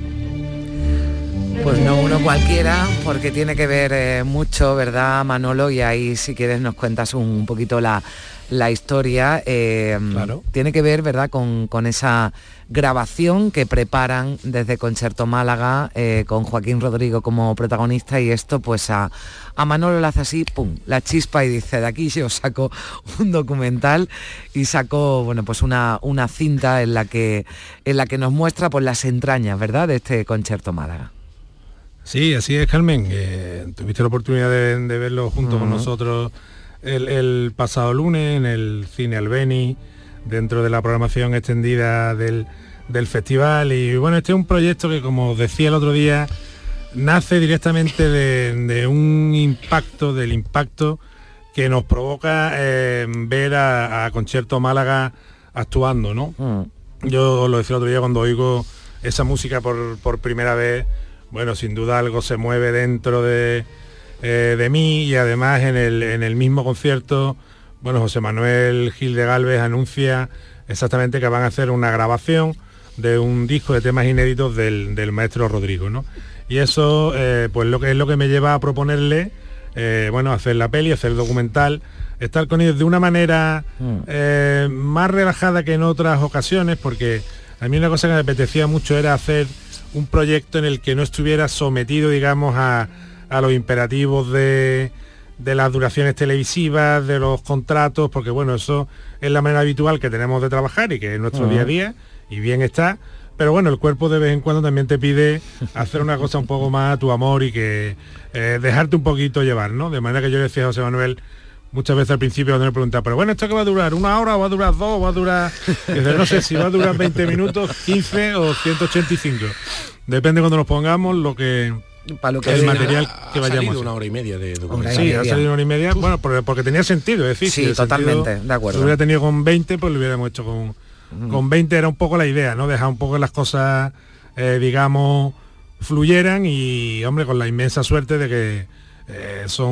Pues no uno cualquiera, porque tiene que ver eh, mucho, ¿verdad, Manolo? Y ahí, si quieres, nos cuentas un, un poquito la, la historia. Eh, claro. Tiene que ver, ¿verdad?, con, con esa grabación que preparan desde Concierto Málaga, eh, con Joaquín Rodrigo como protagonista, y esto pues a, a Manolo le hace así, pum, la chispa, y dice, de aquí yo saco un documental, y saco, bueno, pues una, una cinta en la que, en la que nos muestra pues las entrañas, ¿verdad?, de este Concierto Málaga. Sí, así es, Carmen. Eh, tuviste la oportunidad de, de verlo junto uh-huh. con nosotros el, el pasado lunes en el Cine Albeni, dentro de la programación extendida del, del festival. Y bueno, este es un proyecto que, como os decía el otro día, nace directamente de, de un impacto, del impacto que nos provoca eh, ver a, a Concierto Málaga actuando, ¿no? Uh-huh. Yo os lo decía el otro día cuando oigo esa música por, por primera vez. Bueno, sin duda algo se mueve dentro de, eh, de mí, y además en el, en el mismo concierto, bueno, José Manuel Gil de Galvez anuncia exactamente que van a hacer una grabación de un disco de temas inéditos del, del maestro Rodrigo, ¿no? Y eso, eh, pues lo que es lo que me lleva a proponerle, eh, bueno, hacer la peli, hacer el documental, estar con ellos de una manera eh, más relajada que en otras ocasiones, porque a mí una cosa que me apetecía mucho era hacer un proyecto en el que no estuviera sometido, digamos, a, a los imperativos de, de las duraciones televisivas, de los contratos, porque bueno, eso es la manera habitual que tenemos de trabajar y que es nuestro uh-huh. día a día, y bien está, pero bueno, el cuerpo de vez en cuando también te pide hacer una cosa un poco más a tu amor y que eh, dejarte un poquito llevar, ¿no? De manera que yo le decía a José Manuel muchas veces al principio, cuando me preguntaba, pero bueno, ¿esto qué va a durar? ¿Una hora o va a durar dos o va a durar...? Dice, no sé si va a durar veinte minutos, quince o ciento ochenta y cinco. Depende cuando nos pongamos lo que... Para lo que el ha, material que ha vayamos. Ha salido una hora y media de documental. Sí, ha salido una hora y media, bueno, porque tenía sentido, es decir, sí, si totalmente, sentido, de acuerdo. Si lo hubiera tenido con veinte, pues lo hubiéramos hecho con, uh-huh. con veinte, era un poco la idea, ¿no? Dejar un poco las cosas, eh, digamos, fluyeran, y, hombre, con la inmensa suerte de que eh, son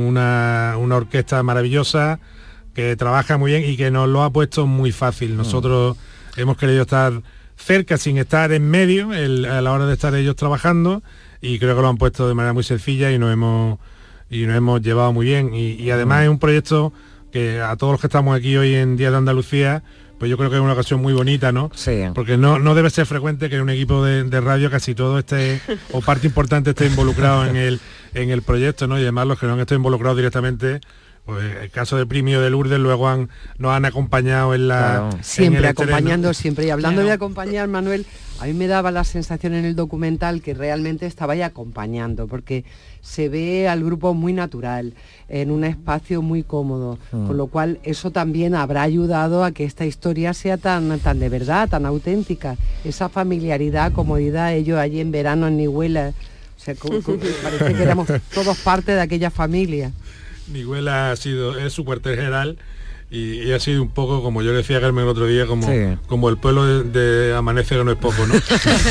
una, una orquesta maravillosa, que trabaja muy bien y que nos lo ha puesto muy fácil. Nosotros uh-huh. hemos querido estar cerca sin estar en medio el, a la hora de estar ellos trabajando, y creo que lo han puesto de manera muy sencilla y nos hemos y nos hemos llevado muy bien, y, y además uh-huh. es un proyecto que a todos los que estamos aquí hoy en Día de Andalucía, pues yo creo que es una ocasión muy bonita, ¿no? Sí. Porque no, no debe ser frecuente que en un equipo de, de radio casi todo esté, o parte importante esté involucrado en el en el proyecto, ¿no? Y además los que no han estado involucrados directamente, pues el caso de Primio de Lourdes, luego han, nos han acompañado en la... Claro. Siempre en el acompañando, estreno. siempre. Y hablando claro. de acompañar, Manuel, a mí me daba la sensación en el documental que realmente estaba ahí acompañando, porque se ve al grupo muy natural, en un espacio muy cómodo, mm. con lo cual eso también habrá ayudado a que esta historia sea tan, tan de verdad, tan auténtica. Esa familiaridad, comodidad, ellos allí en verano en Nihuela, o sea, como, como, parece que éramos todos parte de aquella familia. Nihuela ha sido, es su cuartel general, y, y ha sido un poco, como yo le decía a Carmen el otro día, como, sí. como el pueblo de, de Amanece, que no es poco, ¿no?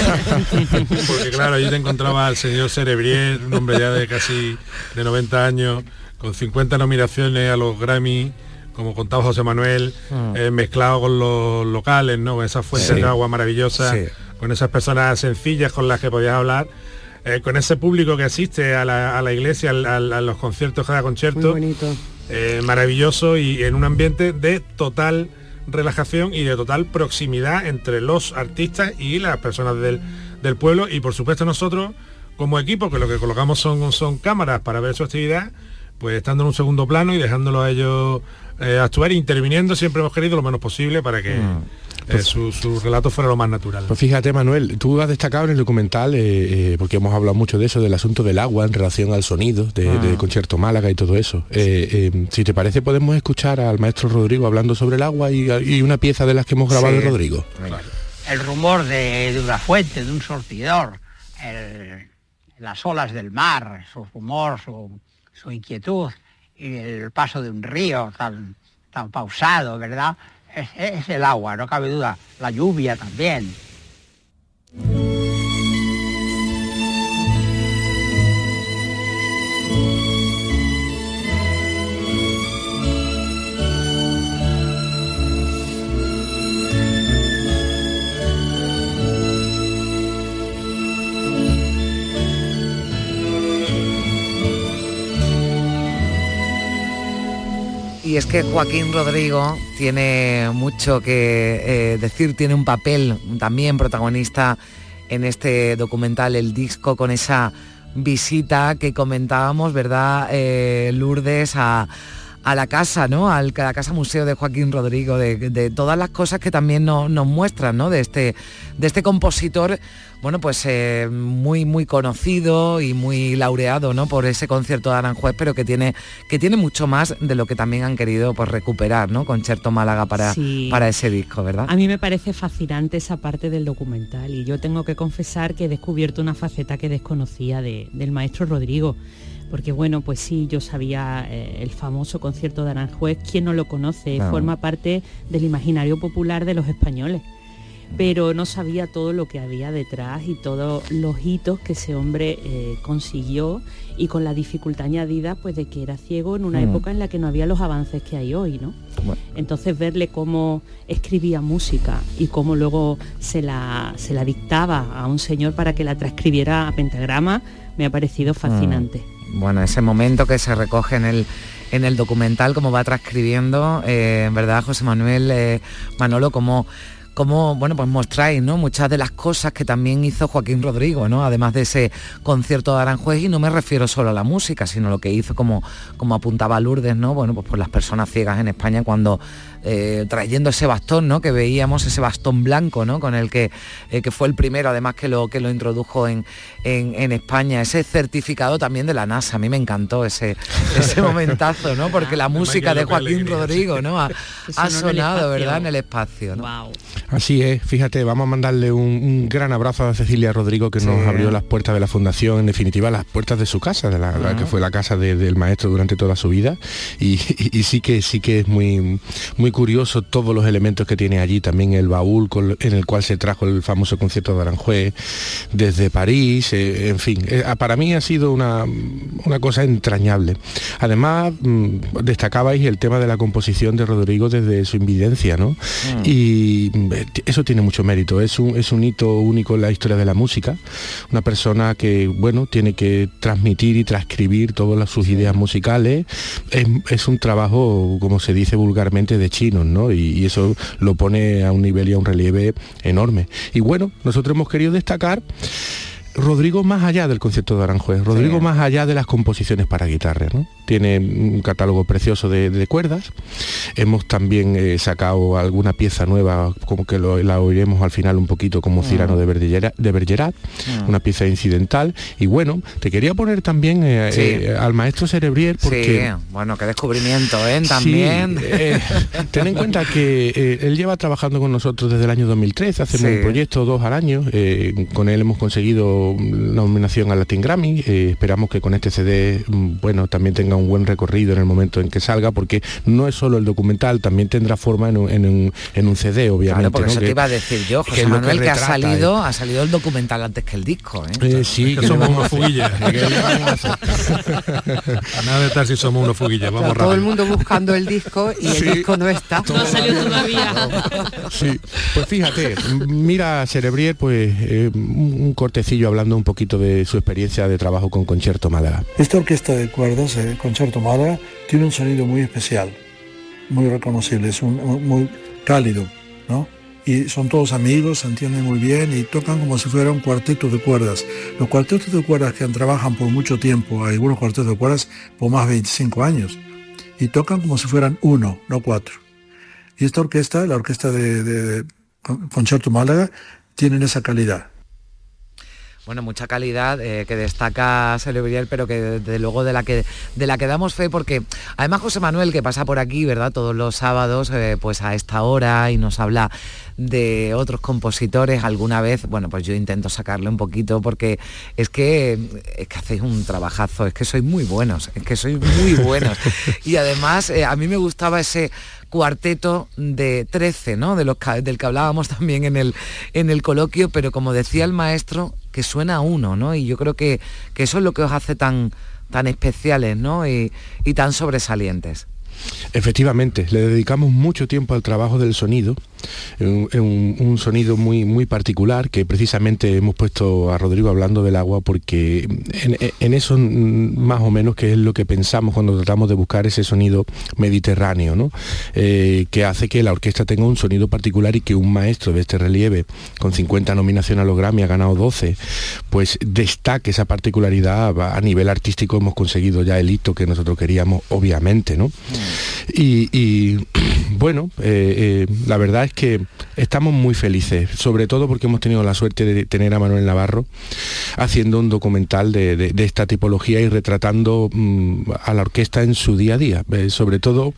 Porque claro, allí te encontraba al señor Cerebrier, un hombre ya de casi de noventa años, con cincuenta nominaciones a los Grammy, como contaba José Manuel, mm. eh, mezclado con los locales, ¿no? Con esas fuentes sí. de agua maravillosas, sí. con esas personas sencillas con las que podías hablar, eh, con ese público que asiste a la, a la iglesia, a, a, a los conciertos, cada concierto. Muy bonito. Eh, maravilloso y en un ambiente de total relajación y de total proximidad entre los artistas y las personas del, del pueblo, y por supuesto nosotros como equipo, que lo que colocamos son, son cámaras para ver su actividad, pues estando en un segundo plano y dejándolo a ellos eh, actuar, interviniendo, siempre hemos querido lo menos posible para que mm. eh, su, su relato fuera lo más natural. Pues fíjate, Manuel, tú has destacado en el documental, eh, eh, porque hemos hablado mucho de eso, del asunto del agua en relación al sonido de, ah. de Concierto Málaga y todo eso. Eh, eh, si te parece, podemos escuchar al maestro Rodrigo hablando sobre el agua y, y una pieza de las que hemos grabado sí. de Rodrigo. Claro. El rumor de, de una fuente, de un surtidor, el, las olas del mar, su rumor, su, su inquietud, y el paso de un río tan, tan pausado, ¿verdad? Es, es el agua, no cabe duda. La lluvia también. Y es que Joaquín Rodrigo tiene mucho que eh, decir, tiene un papel también protagonista en este documental El Disco, con esa visita que comentábamos, ¿verdad, eh, Lourdes, a, a la casa, ¿no? Al, a la casa museo de Joaquín Rodrigo, de, de todas las cosas que también no, nos muestran, ¿no? De este, de este compositor, bueno, pues eh, muy muy conocido y muy laureado, ¿no? Por ese concierto de Aranjuez, pero que tiene que tiene mucho más de lo que también han querido pues recuperar, ¿no? Concierto Málaga para, sí. para ese disco, ¿verdad? A mí me parece fascinante esa parte del documental, y yo tengo que confesar que he descubierto una faceta que desconocía de, del maestro Rodrigo. Porque bueno, pues sí, yo sabía eh, el famoso concierto de Aranjuez, ¿quién no lo conoce? Claro. Forma parte del imaginario popular de los españoles. Pero no sabía todo lo que había detrás y todos los hitos que ese hombre eh, consiguió, y con la dificultad añadida pues de que era ciego en una mm. época en la que no había los avances que hay hoy, ¿no? Bueno. Entonces verle cómo escribía música y cómo luego se la, se la dictaba a un señor para que la transcribiera a pentagrama, me ha parecido fascinante. Mm. Bueno, ese momento que se recoge en el en el documental, como va transcribiendo, eh, en verdad, José Manuel, eh, Manolo, como como, bueno, pues mostráis, ¿no? Muchas de las cosas que también hizo Joaquín Rodrigo, ¿no? Además de ese concierto de Aranjuez, y no me refiero solo a la música, sino lo que hizo, como, como apuntaba Lourdes, ¿no? Bueno, pues por las personas ciegas en España, cuando eh, trayendo ese bastón, ¿no? Que veíamos, ese bastón blanco, ¿no? Con el que, eh, que fue el primero, además, que lo, que lo introdujo en, en, en España, ese certificado también de la NASA. A mí me encantó ese, ese momentazo, ¿no? Porque la música de Joaquín Rodrigo, ¿no? Ha, ha sonado, ¿verdad? En el espacio, ¿no? Wow. Así es, fíjate, vamos a mandarle un, un gran abrazo a Cecilia Rodrigo, que sí. nos abrió las puertas de la fundación, en definitiva las puertas de su casa, de la, uh-huh. la que fue la casa de, del maestro durante toda su vida, y, y, y sí que sí que es muy muy curioso todos los elementos que tiene allí, también el baúl con, en el cual se trajo el famoso concierto de Aranjuez desde París, eh, en fin, eh, para mí ha sido una, una cosa entrañable. Además, mmm, destacabais el tema de la composición de Rodrigo desde su invidencia, ¿no? Uh-huh. Y eso tiene mucho mérito, es un, es un hito único en la historia de la música, una persona que, bueno, tiene que transmitir y transcribir todas sus ideas musicales, es, es un trabajo, como se dice vulgarmente, de chinos, ¿no? Y, y eso lo pone a un nivel y a un relieve enorme. Y bueno, nosotros hemos querido destacar Rodrigo más allá del concierto de Aranjuez, Rodrigo sí. más allá de las composiciones para guitarra, ¿no? Tiene un catálogo precioso de, de cuerdas. Hemos también eh, sacado alguna pieza nueva, como que lo, la oiremos al final un poquito, como mm. Cyrano de Bergerac, de Bergerac mm. una pieza incidental. Y bueno, te quería poner también eh, sí. eh, al maestro Cerebrier, porque... Sí, bueno, qué descubrimiento, ¿eh? También. Sí, eh, ten en cuenta que eh, él lleva trabajando con nosotros desde el año dos mil trece, hacemos sí. un proyecto dos al año, eh, con él hemos conseguido obtenido nominación al Latin Grammy. Eh, esperamos que con este C D, bueno, también tenga un buen recorrido en el momento en que salga, porque no es solo el documental, también tendrá forma en un, en un, en un C D, obviamente. Claro, porque ¿no? eso que, te iba a decir yo, José Manuel, que, que ha salido, eh. ha salido el documental antes que el disco, ¿eh? eh sí, que, que somos unos fuguillas. Nada de estar si somos unos fuguillas, vamos o sea, rápido. Todo el mundo buscando el disco y el sí. disco no está. No ha salido todavía. Sí, pues fíjate, mira Cerebrier, pues eh, un cortecillo hablando un poquito de su experiencia de trabajo con Concerto Málaga. Esta orquesta de cuerdas, eh, Concerto Málaga, tiene un sonido muy especial, muy reconocible, es un, un, muy cálido, ¿no? Y son todos amigos, se entienden muy bien y tocan como si fuera un cuarteto de cuerdas. Los cuartetos de cuerdas que trabajan por mucho tiempo, hay algunos cuartetos de cuerdas por más de veinticinco años, y tocan como si fueran uno, no cuatro. Y esta orquesta, la orquesta de, de, de Concerto Málaga, tienen esa calidad. Bueno, mucha calidad eh, que destaca Cerebrier, pero que desde luego de la que de la que damos fe, porque además José Manuel, que pasa por aquí, ¿verdad?, todos los sábados, eh, pues a esta hora, y nos habla de otros compositores. Alguna vez, bueno, pues yo intento sacarle un poquito, porque es que es que hacéis un trabajazo, es que sois muy buenos, es que sois muy buenos. Y además eh, a mí me gustaba ese cuarteto de trece, ¿no?, de los que, del que hablábamos también en el, en el coloquio, pero como decía el maestro, que suena a uno, ¿no? Y yo creo que, que eso es lo que os hace tan, tan especiales, ¿no? Y, y tan sobresalientes. Efectivamente, le dedicamos mucho tiempo al trabajo del sonido, un, un, un sonido muy, muy particular, que precisamente hemos puesto a Rodrigo hablando del agua, porque en, en eso más o menos que es lo que pensamos cuando tratamos de buscar ese sonido mediterráneo, ¿no? Eh, que hace que la orquesta tenga un sonido particular y que un maestro de este relieve, con cincuenta nominaciones a los Grammy, ha ganado doce, pues destaque esa particularidad. A nivel artístico hemos conseguido ya el hito que nosotros queríamos, obviamente, ¿no? Y, y bueno, eh, eh, la verdad es que estamos muy felices, sobre todo porque hemos tenido la suerte de tener a Manuel Navarro haciendo un documental de, de, de esta tipología y retratando mm, a la orquesta en su día a día. Eh, sobre todo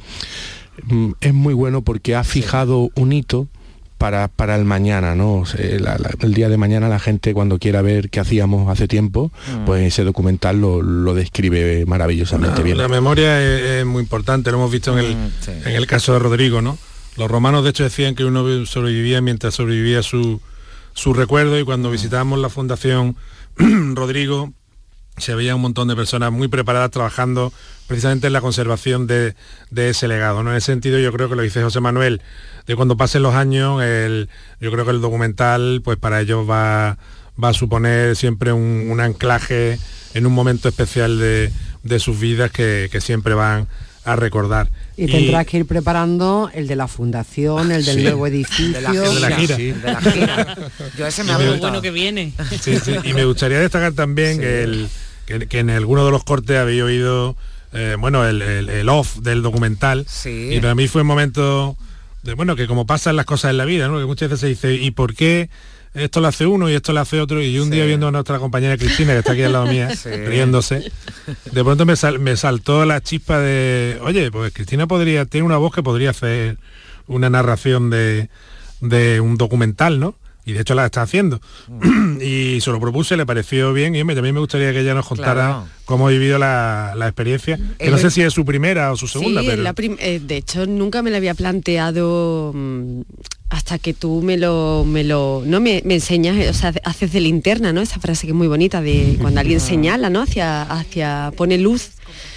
mm, es muy bueno porque ha fijado un hito Para, para el mañana, ¿no? O sea, la, la, el día de mañana la gente, cuando quiera ver qué hacíamos hace tiempo, mm. pues ese documental lo, lo describe maravillosamente la, bien. La memoria es, es muy importante, lo hemos visto en el, mm, sí. en el caso de Rodrigo, ¿no? Los romanos de hecho decían que uno sobrevivía mientras sobrevivía su, su recuerdo, y cuando mm. visitábamos la Fundación Rodrigo se veía un montón de personas muy preparadas trabajando precisamente en la conservación de, de ese legado, ¿no? En ese sentido yo creo que lo dice José Manuel, de cuando pasen los años, el, yo creo que el documental pues para ellos va, va a suponer siempre un, un anclaje en un momento especial de, de sus vidas que, que siempre van a recordar. Y, y tendrás que ir preparando el de la fundación, el del sí. nuevo edificio. De la, de la gira. Sí. De la gira. Yo ese me ha gustado. Bueno que viene. Sí, sí. Y me gustaría destacar también sí. que, el, que, que en alguno de los cortes habéis oído eh, bueno, el, el, el off del documental. Sí. Y para mí fue un momento de, bueno, que como pasan las cosas en la vida, ¿no? Que muchas veces se dice, ¿y por qué esto lo hace uno y esto lo hace otro? Y un sí. día viendo a nuestra compañera Cristina, que está aquí al lado mía, sí. riéndose, de pronto me, sal, me saltó la chispa de, oye, pues Cristina podría, tiene una voz que podría hacer una narración de, de un documental, ¿no? Y de hecho la está haciendo. Mm. Y se lo propuse, le pareció bien, y hombre, también me gustaría que ella nos contara claro. cómo ha vivido la, la experiencia. Que el... no sé si es su primera o su segunda, sí, pero... la prim eh, de hecho nunca me lo había planteado mmm, hasta que tú me lo, me lo no me, me enseñas, o sea, haces de linterna, ¿no? Esa frase que es muy bonita de cuando alguien señala, ¿no? Hacia, hacia pone luz.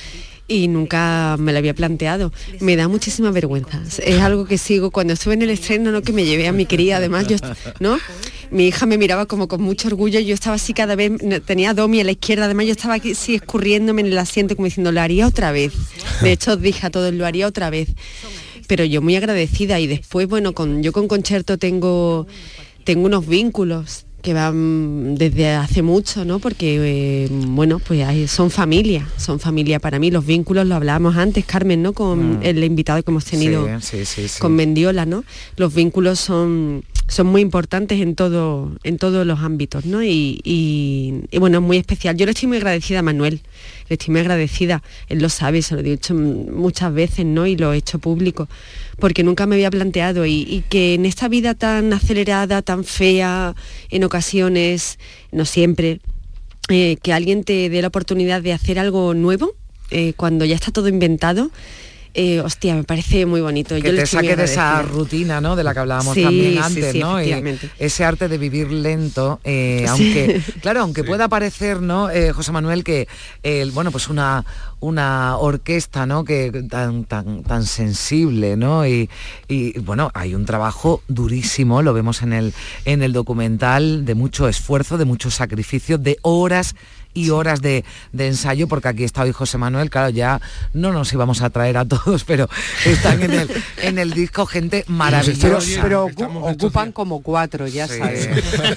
Y nunca me lo había planteado. Me da muchísima vergüenza. Es algo que sigo cuando estuve en el estreno, ¿no? Que me llevé a mi querida, además yo, ¿no? Mi hija me miraba como con mucho orgullo, yo estaba así cada vez, tenía a Domi a la izquierda, además yo estaba aquí sí escurriéndome en el asiento como diciendo, lo haría otra vez. De hecho os dije a todos, lo haría otra vez. Pero yo muy agradecida, y después, bueno, con, yo con Concerto tengo, tengo unos vínculos que van desde hace mucho, ¿no? Porque, eh, bueno, pues hay, son familia, son familia para mí. Los vínculos, lo hablábamos antes, Carmen, ¿no? Con mm. el invitado que hemos tenido sí, sí, sí, sí. con Mendiola, ¿no? Los vínculos son, son muy importantes en todo en todos los ámbitos, ¿no? Y, y, y bueno, es muy especial. Yo le estoy muy agradecida a Manuel, le estoy muy agradecida, él lo sabe, se lo he dicho muchas veces, ¿no? Y lo he hecho público, porque nunca me había planteado y, y que en esta vida tan acelerada, tan fea, en ocasiones, no siempre, eh, que alguien te dé la oportunidad de hacer algo nuevo, eh, cuando ya está todo inventado. Eh, hostia, me parece muy bonito. Que Yo te saque de esa rutina, ¿no? De la que hablábamos sí, también antes, sí, sí, ¿no? Y ese arte de vivir lento, eh, aunque, sí. claro, aunque sí. pueda parecer, ¿no, eh, José Manuel, que eh, bueno, pues una una orquesta, ¿no? Que tan tan tan sensible, ¿no? Y, y bueno, hay un trabajo durísimo, lo vemos en el en el documental, de mucho esfuerzo, de mucho sacrificio, de horas y horas de, de ensayo, porque aquí está hoy José Manuel, claro, ya no nos íbamos a traer a todos, pero están en el, en el disco gente maravillosa. Pero, pero ocupan como cuatro, ya sí. sabes.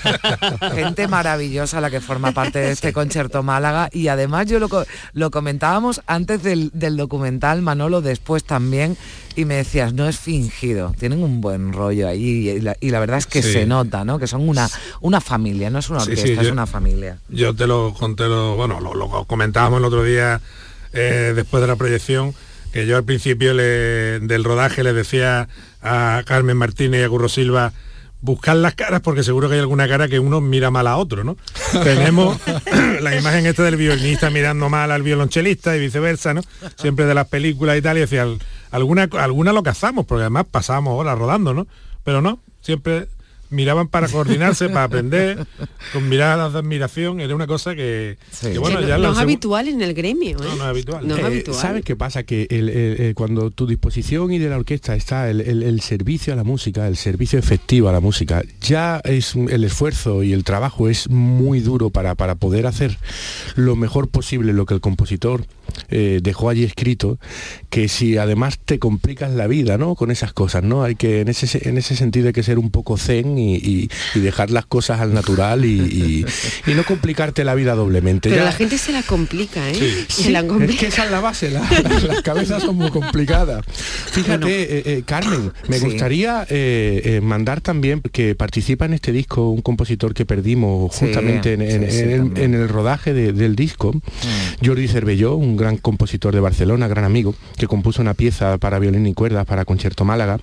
Gente maravillosa la que forma parte de este Concierto Málaga, y además yo lo, lo comentábamos antes del, del documental, Manolo, después también, y me decías, no es fingido, tienen un buen rollo ahí, y la, y la verdad es que sí. se nota, ¿no? Que son una, una familia, no es una orquesta, sí, sí, yo, es una familia. Yo te lo conté, lo, bueno, lo, lo comentábamos el otro día, eh, después de la proyección, que yo al principio le, del rodaje le decía a Carmen Martínez y a Curro Silva, buscar las caras, porque seguro que hay alguna cara que uno mira mal a otro, ¿no? Tenemos la imagen esta del violinista mirando mal al violonchelista y viceversa, ¿no? Siempre de las películas y tal, y decía, alguna, alguna lo cazamos, porque además pasábamos horas rodando, ¿no? Pero no, siempre miraban para coordinarse, para aprender, con miradas de admiración, era una cosa que... Sí. que bueno, que ya no, no es habitual en el gremio, ¿eh? No, no es habitual. No eh, es habitual. ¿Sabes qué pasa? Que el, el, el, cuando tu disposición y de la orquesta está el, el, el servicio a la música, el servicio efectivo a la música, ya es el esfuerzo y el trabajo es muy duro para, para poder hacer lo mejor posible lo que el compositor eh, dejó allí escrito, que si además te complicas la vida, ¿no? Con esas cosas, ¿no? Hay que, en ese, en ese sentido hay que ser un poco zen y, y, y dejar las cosas al natural y, y, y no complicarte la vida doblemente. Pero ya, la gente se la complica, ¿eh? Sí, se sí, la complica. Es que esa es la base, la, la, las cabezas son muy complicadas. Fíjate, bueno, eh, eh, Carmen, me sí. gustaría eh, eh, mandar también que participa en este disco un compositor que perdimos justamente sí, en, en, sí, sí, en, en el rodaje de, del disco, mm. Jordi Cervelló, un gran compositor de Barcelona, gran amigo, que compuso una pieza para violín y cuerdas para Concierto Málaga.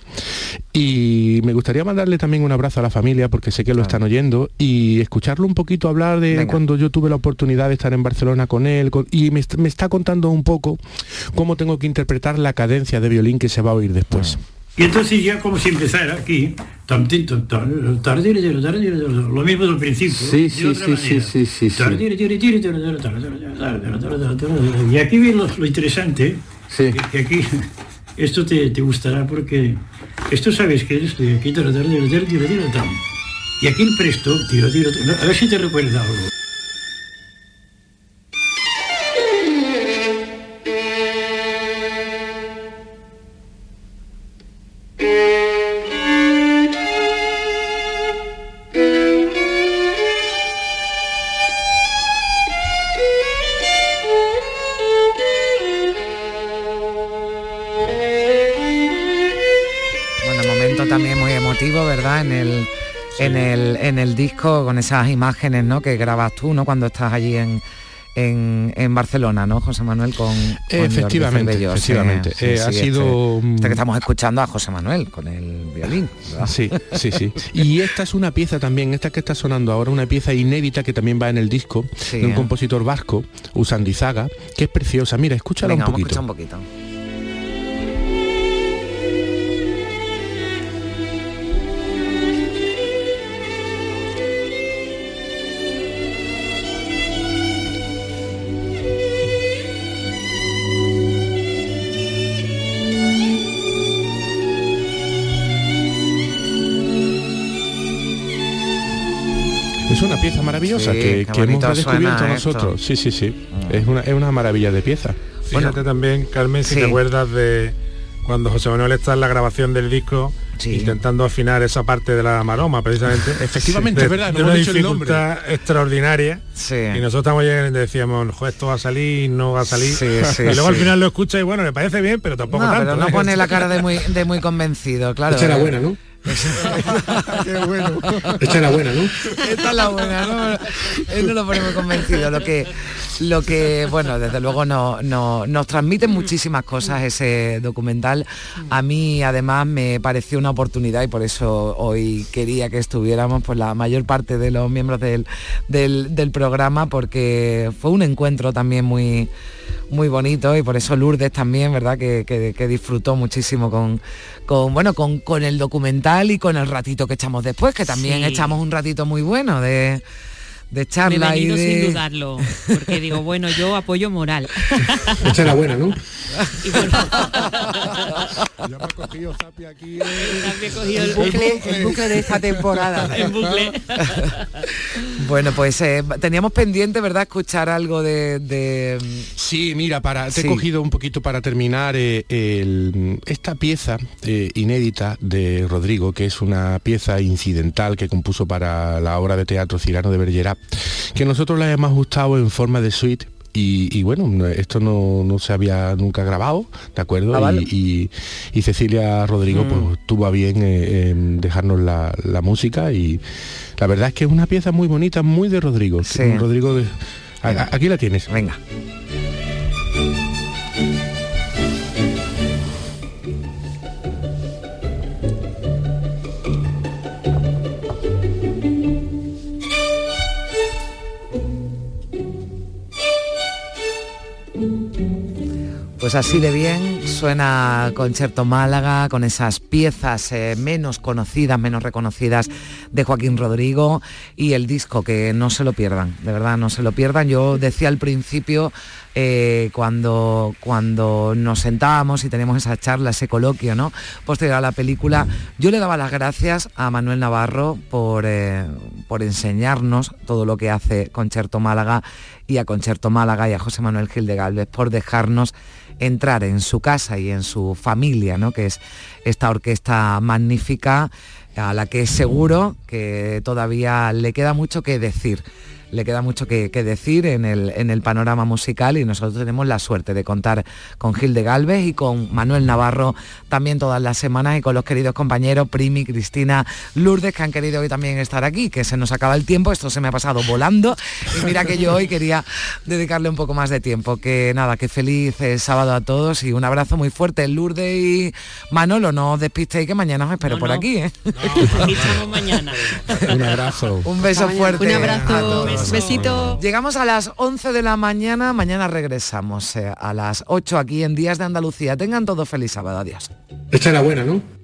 Y me gustaría mandarle también un abrazo a la familia, porque sé que lo están oyendo, y escucharlo un poquito hablar de Venga. cuando yo tuve la oportunidad de estar en Barcelona con él, con, y me, me está contando un poco cómo tengo que interpretar la cadencia de violín que se va a oír después. Y entonces ya como si empezara aquí, lo mismo del principio. Sí, sí, sí, sí, sí, sí, sí. Y aquí viene lo, lo interesante, sí. que, que aquí esto te, te gustará, porque esto sabes que es de aquí, y aquí el presto, tiro, tiro, tiro, a ver si te recuerda algo. ¿Verdad? En el, sí. en el en el disco, con esas imágenes, ¿no? que grabas tú, ¿no? Cuando estás allí en, en, en Barcelona, ¿no, José Manuel? Con, con efectivamente, Bello, efectivamente. Sí, eh, sí, ha sí, sido este, este que estamos escuchando a José Manuel con el violín, ¿verdad? Sí, sí, sí. Y esta es una pieza también, esta que está sonando ahora, una pieza inédita que también va en el disco, sí, de un eh. compositor vasco, Usandizaga, que es preciosa. Mira, escúchala Venga, un poquito. Vamos a escuchar un poquito. Es una pieza maravillosa sí, que, que hemos descubierto nosotros. Sí, sí, sí. Mm. Es una, es una maravilla de pieza. Fíjate bueno, también, Carmen, si sí. te acuerdas de cuando José Manuel está en la grabación del disco, sí. intentando afinar esa parte de la maroma, precisamente. Efectivamente, de, es verdad, de no una hemos dicho dificultad el nombre. extraordinaria. Sí. Y nosotros estamos allí y decíamos, joder, esto va a salir, no va a salir. Sí, sí, y luego sí. al final lo escucha y bueno, le parece bien, pero tampoco no, tanto. Pero no ¿eh? pone la cara de muy, de muy convencido, claro. Esta era buena, ¿no? Qué bueno. Esta es la buena, ¿no? Esta es la buena, ¿no? Él no lo pone muy convencido. Lo que, lo que bueno, desde luego no, no, nos transmite muchísimas cosas ese documental. A mí, además, me pareció una oportunidad y por eso hoy quería que estuviéramos pues la mayor parte de los miembros del, del, del programa, porque fue un encuentro también muy... muy bonito, y por eso Lourdes también, ¿verdad? Que, que, que disfrutó muchísimo con, con bueno, con, con el documental y con el ratito que echamos después, que también sí. echamos un ratito muy bueno de, de charla. Me he venido y de... sin dudarlo, porque digo, bueno, yo apoyo moral. Esta es la buena, ¿no? Y bueno, ya me ha cogido Zapi aquí. También he cogido el, el, bucle, el bucle de esta temporada. En bucle. Bueno, pues eh, teníamos pendiente, ¿verdad?, escuchar algo de... de... Sí, mira, para, te sí. he cogido un poquito para terminar eh, el, esta pieza eh, inédita de Rodrigo, que es una pieza incidental que compuso para la obra de teatro Cyrano de Bergerac, que nosotros la hemos ajustado en forma de suite. Y, y bueno, esto no, no se había nunca grabado, ¿de acuerdo? Ah, vale. y, y, y Cecilia Rodrigo mm. pues tuvo a bien eh, eh, dejarnos la, la música, y la verdad es que es una pieza muy bonita, muy de Rodrigo. Sí. Rodrigo de... a, aquí la tienes. Venga. Pues así de bien suena Concierto Málaga, con esas piezas eh, menos conocidas, menos reconocidas de Joaquín Rodrigo, y el disco, que no se lo pierdan, de verdad no se lo pierdan. Yo decía al principio, eh, cuando, cuando nos sentábamos y teníamos esa charla, ese coloquio, ¿no?, posterior a la película, yo le daba las gracias a Manuel Navarro por, eh, por enseñarnos todo lo que hace Concierto Málaga, y a Concierto Málaga y a José Manuel Gil de Galvez por dejarnos entrar en su casa y en su familia, ¿no?, que es esta orquesta magnífica, a la que seguro que todavía le queda mucho que decir. Le queda mucho que, que decir en el, en el panorama musical, y nosotros tenemos la suerte de contar con Gil de Galvez y con Manuel Navarro también todas las semanas, y con los queridos compañeros Primi, Cristina, Lourdes, que han querido hoy también estar aquí, que se nos acaba el tiempo, esto se me ha pasado volando, y mira que yo hoy quería dedicarle un poco más de tiempo. Que nada, que feliz eh, sábado a todos, y un abrazo muy fuerte. Lourdes y Manolo, no os despistéis, que mañana os espero no, por no. aquí, ¿eh? No, mañana. Un abrazo. Un beso fuerte. Un abrazo. Besito. Llegamos a las once de la mañana, mañana regresamos eh, a las ocho aquí en Días de Andalucía. Tengan todos feliz sábado, adiós. Esta es la buena, ¿no?